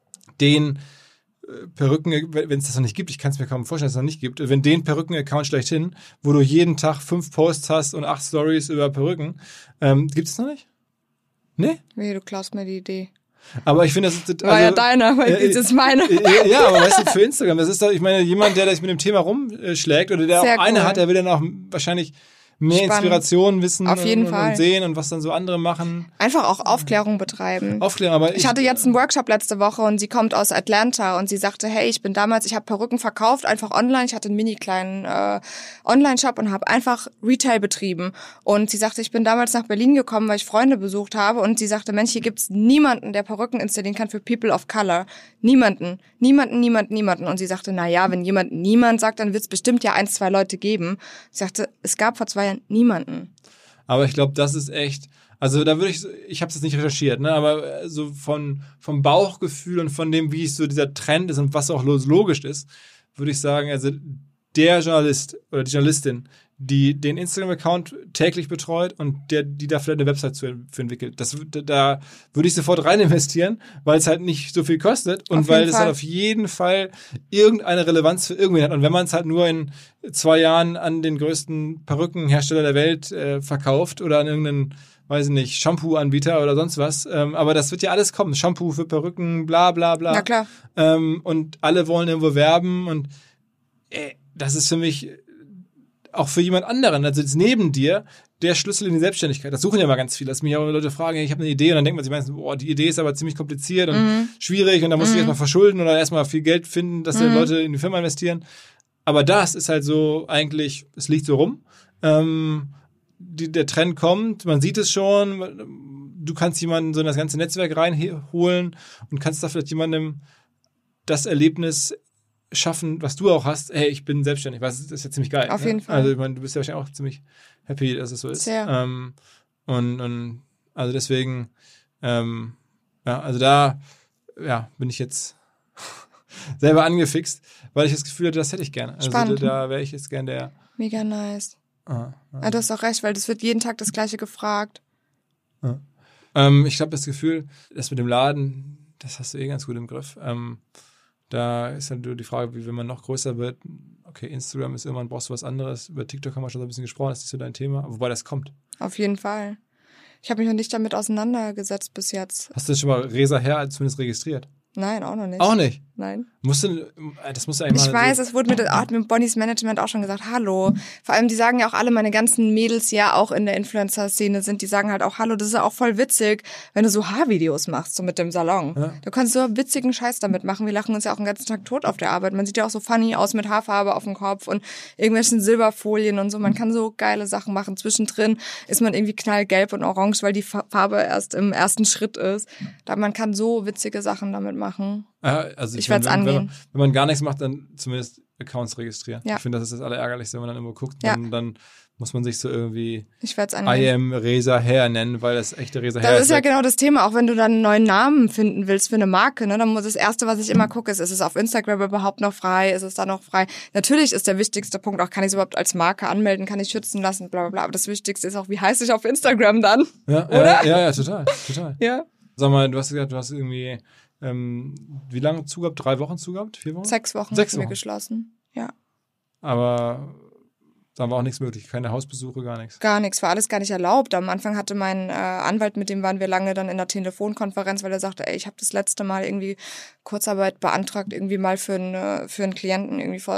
S2: den Perücken, wenn es das noch nicht gibt, ich kann es mir kaum vorstellen, dass es noch nicht gibt, wenn den Perücken-Account schlechthin, wo du jeden Tag 5 Posts hast und 8 Stories über Perücken, gibt es noch nicht? Nee?
S3: Nee, du klaust mir die Idee.
S2: Aber ich finde, das ist...
S3: War ja deiner, aber jetzt ist meine.
S2: Ja, aber weißt du, für Instagram, das ist doch, ich meine, jemand, der sich mit dem Thema rumschlägt oder der
S3: Sehr
S2: auch eine
S3: cool.
S2: hat, der will dann auch wahrscheinlich mehr
S3: Spannend.
S2: Inspiration wissen
S3: Auf jeden Fall.
S2: und sehen und was dann so andere machen.
S3: Einfach auch Aufklärung betreiben.
S2: Aufklären, aber
S3: Ich hatte jetzt einen Workshop letzte Woche und sie kommt aus Atlanta und sie sagte, hey, ich habe Perücken verkauft, einfach online. Ich hatte einen mini kleinen Online-Shop und habe einfach Retail betrieben. Und sie sagte, ich bin damals nach Berlin gekommen, weil ich Freunde besucht habe. Und sie sagte, Mensch, hier gibt's niemanden, der Perücken installieren kann für People of Color. Niemanden. Und sie sagte, wenn niemand sagt, dann wird's bestimmt ja 1, 2 Leute geben. Sie sagte, es gab vor 2 Jahren niemanden.
S2: Aber ich glaube, das ist echt, also da würde ich habe es jetzt nicht recherchiert, ne, aber so vom Bauchgefühl und von dem, wie es so dieser Trend ist und was auch logisch ist, würde ich sagen, also der Journalist oder die Journalistin, die den Instagram-Account täglich betreut und die da vielleicht eine Website für entwickelt, da würde ich sofort rein investieren, weil es halt nicht so viel kostet und weil es halt auf jeden Fall irgendeine Relevanz für irgendwen hat. Und wenn man es halt nur in 2 Jahren an den größten Perückenhersteller der Welt verkauft oder an irgendeinen, weiß ich nicht, Shampoo-Anbieter oder sonst was, aber das wird ja alles kommen. Shampoo für Perücken, bla bla bla.
S3: Na klar.
S2: Und alle wollen irgendwo werben und das ist für mich auch für jemand anderen, also jetzt neben dir, der Schlüssel in die Selbstständigkeit. Das suchen ja mal ganz viele, dass mich auch Leute fragen, ich habe eine Idee und dann denkt man sich meistens, die Idee ist aber ziemlich kompliziert und schwierig und da muss ich erstmal verschulden oder erstmal viel Geld finden, dass die Leute in die Firma investieren. Aber das ist halt so eigentlich, es liegt so rum. Der Trend kommt, man sieht es schon, du kannst jemanden so in das ganze Netzwerk reinholen und kannst da vielleicht jemandem das Erlebnis schaffen, was du auch hast, hey, ich bin selbstständig, das ist ja ziemlich geil.
S3: Auf jeden Fall.
S2: Also ich meine, du bist ja wahrscheinlich auch ziemlich happy, dass es so ist.
S3: Sehr.
S2: Und also deswegen, also da bin ich jetzt selber angefixt, weil ich das Gefühl hatte, das hätte ich gerne. Also
S3: Spannend.
S2: da wäre ich jetzt gern der...
S3: Mega nice. Ja, du hast auch recht, weil das wird jeden Tag das Gleiche gefragt.
S2: Ich glaube, das Gefühl, das mit dem Laden, das hast du ganz gut im Griff. Da ist halt nur die Frage, wie wenn man noch größer wird, okay, Instagram ist irgendwann, brauchst du was anderes. Über TikTok haben wir schon so ein bisschen gesprochen, das ist so dein Thema. Wobei das kommt.
S3: Auf jeden Fall. Ich habe mich noch nicht damit auseinandergesetzt bis jetzt.
S2: Hast du das schon mal Resa Her zumindest registriert?
S3: Nein, auch noch nicht.
S2: Auch nicht?
S3: Nein.
S2: Das musst du eigentlich
S3: Ich weiß, es wurde hat mit Bonnies Management auch schon gesagt, hallo. Vor allem, die sagen ja auch alle, meine ganzen Mädels, die ja auch in der Influencer-Szene sind, die sagen halt auch, hallo, das ist ja auch voll witzig, wenn du so Haarvideos machst, so mit dem Salon. Ja. Du kannst so witzigen Scheiß damit machen. Wir lachen uns ja auch den ganzen Tag tot auf der Arbeit. Man sieht ja auch so funny aus mit Haarfarbe auf dem Kopf und irgendwelchen Silberfolien und so. Man kann so geile Sachen machen. Zwischendrin ist man irgendwie knallgelb und orange, weil die Farbe erst im ersten Schritt ist. Man kann so witzige Sachen damit machen.
S2: Also
S3: ich werde es angehen.
S2: Wenn man gar nichts macht, dann zumindest Accounts registrieren.
S3: Ja.
S2: Ich finde, das ist das Allerärgerlichste, wenn man dann irgendwo guckt. Dann muss man sich so irgendwie I am Resa Her nennen, weil das echte Resa Her ist.
S3: Das ist ja genau das Thema, auch wenn du dann einen neuen Namen finden willst für eine Marke, ne, dann muss das Erste, was ich immer gucke, ist es auf Instagram überhaupt noch frei, ist es da noch frei? Natürlich ist der wichtigste Punkt auch, kann ich es überhaupt als Marke anmelden, kann ich schützen lassen, bla bla bla, aber das Wichtigste ist auch, wie heißt ich auf Instagram dann?
S2: Ja,
S3: oder?
S2: Ja, total.
S3: Ja.
S2: Sag mal, du hast gesagt, du hast irgendwie wie lange zugehabt? 3 Wochen zugehabt? 4 Wochen?
S3: 6 Wochen
S2: 6
S3: sind wir
S2: Wochen.
S3: geschlossen, ja.
S2: Aber da war auch nichts möglich, keine Hausbesuche, gar nichts.
S3: Gar nichts, war alles gar nicht erlaubt. Am Anfang hatte mein Anwalt, mit dem waren wir lange dann in der Telefonkonferenz, weil er sagte, ich habe das letzte Mal irgendwie Kurzarbeit beantragt, irgendwie mal für einen Klienten irgendwie vor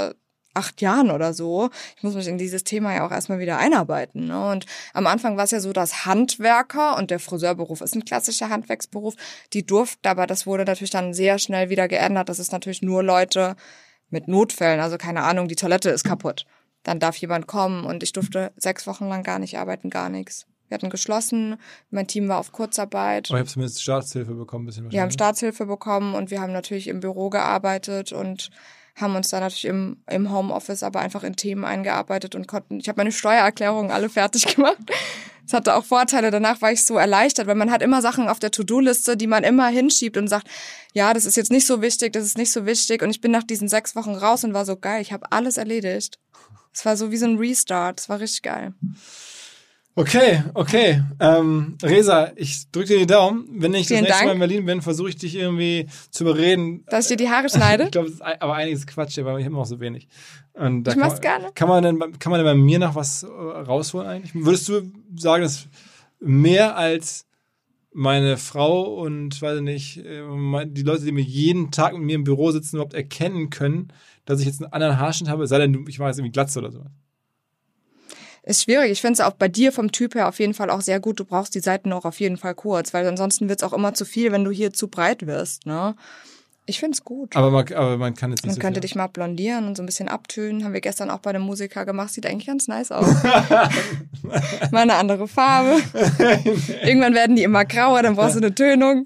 S3: 8 Jahren oder so. Ich muss mich in dieses Thema ja auch erstmal wieder einarbeiten. Ne? Und am Anfang war es ja so, dass Handwerker, und der Friseurberuf ist ein klassischer Handwerksberuf, die durften, aber das wurde natürlich dann sehr schnell wieder geändert. Das ist natürlich nur Leute mit Notfällen, also keine Ahnung, die Toilette ist kaputt. Dann darf jemand kommen und ich durfte 6 Wochen lang gar nicht arbeiten, gar nichts. Wir hatten geschlossen, mein Team war auf Kurzarbeit.
S2: Aber ich habe zumindest Staatshilfe bekommen. Ein bisschen
S3: wir haben Staatshilfe bekommen und wir haben natürlich im Büro gearbeitet und haben uns dann natürlich im Homeoffice aber einfach in Themen eingearbeitet und ich habe meine Steuererklärungen alle fertig gemacht. Das hatte auch Vorteile, danach war ich so erleichtert, weil man hat immer Sachen auf der To-Do-Liste, die man immer hinschiebt und sagt, ja, das ist jetzt nicht so wichtig, das ist nicht so wichtig. Und ich bin nach diesen 6 Wochen raus und war so geil, ich habe alles erledigt. Es war so wie so ein Restart, es war richtig geil.
S2: Okay. Reza, ich drücke dir die Daumen. Wenn ich das nächste Mal in Berlin bin, versuche ich dich irgendwie zu überreden.
S3: Dass ich dir die Haare schneide?
S2: Ich glaube, aber einiges Quatsch, aber ich habe noch so wenig. Und
S3: ich mach's gerne.
S2: Kann man denn bei mir noch was rausholen eigentlich? Würdest du sagen, dass mehr als meine Frau und, weiß ich nicht, die Leute, die mir jeden Tag mit mir im Büro sitzen, überhaupt erkennen können, dass ich jetzt einen anderen Haarschnitt habe, sei denn, ich mache jetzt irgendwie Glatze oder so?
S3: Ist schwierig. Ich finde es auch bei dir vom Typ her auf jeden Fall auch sehr gut. Du brauchst die Seiten auch auf jeden Fall kurz, weil ansonsten wird es auch immer zu viel, wenn du hier zu breit wirst. Ne? Ich finde es gut.
S2: Aber man kann es nicht.
S3: Man könnte dich mal blondieren und so ein bisschen abtönen. Haben wir gestern auch bei dem Musiker gemacht. Sieht eigentlich ganz nice aus. Mal eine andere Farbe. Irgendwann werden die immer grauer, dann brauchst du eine Tönung.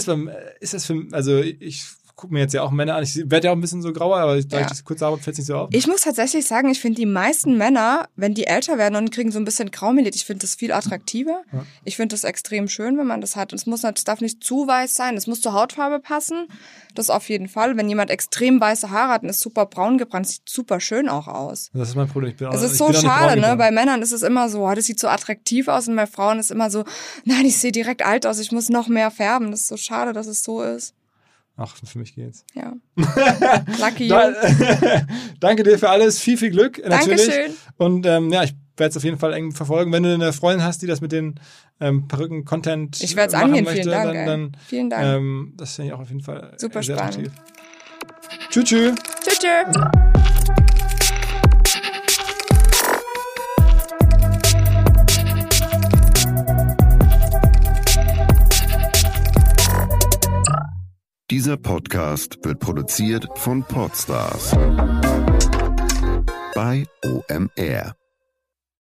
S2: Ich gucke mir jetzt ja auch Männer an. Ich werde ja auch ein bisschen so grauer, aber da ich das kurz habe, fällt es nicht so auf.
S3: Ich muss tatsächlich sagen, ich finde die meisten Männer, wenn die älter werden und kriegen so ein bisschen Graumelit, ich finde das viel attraktiver. Ja. Ich finde das extrem schön, wenn man das hat. Und es darf nicht zu weiß sein, es muss zur Hautfarbe passen. Das auf jeden Fall. Wenn jemand extrem weiße Haare hat und ist super braun gebrannt, sieht super schön auch aus.
S2: Das ist mein Problem.
S3: Es ist so schade, ne? Bei Männern ist es immer so, das sieht so attraktiv aus und bei Frauen ist immer so, nein, ich sehe direkt alt aus, ich muss noch mehr färben. Das ist so schade, dass es so ist.
S2: Ach, für mich geht's.
S3: Ja. Lucky you.
S2: Danke dir für alles. Viel Glück. Natürlich.
S3: Dankeschön.
S2: Und ich werde es auf jeden Fall eng verfolgen. Wenn du eine Freundin hast, die das mit den Perücken-Content
S3: ich werde es angehen. Möchte, dann
S2: vielen Dank. Das finde ich auch auf jeden Fall
S3: super
S2: sehr
S3: spannend.
S2: Tschüss. Tschüss.
S3: Tschüss.
S4: Dieser Podcast wird produziert von Podstars bei OMR.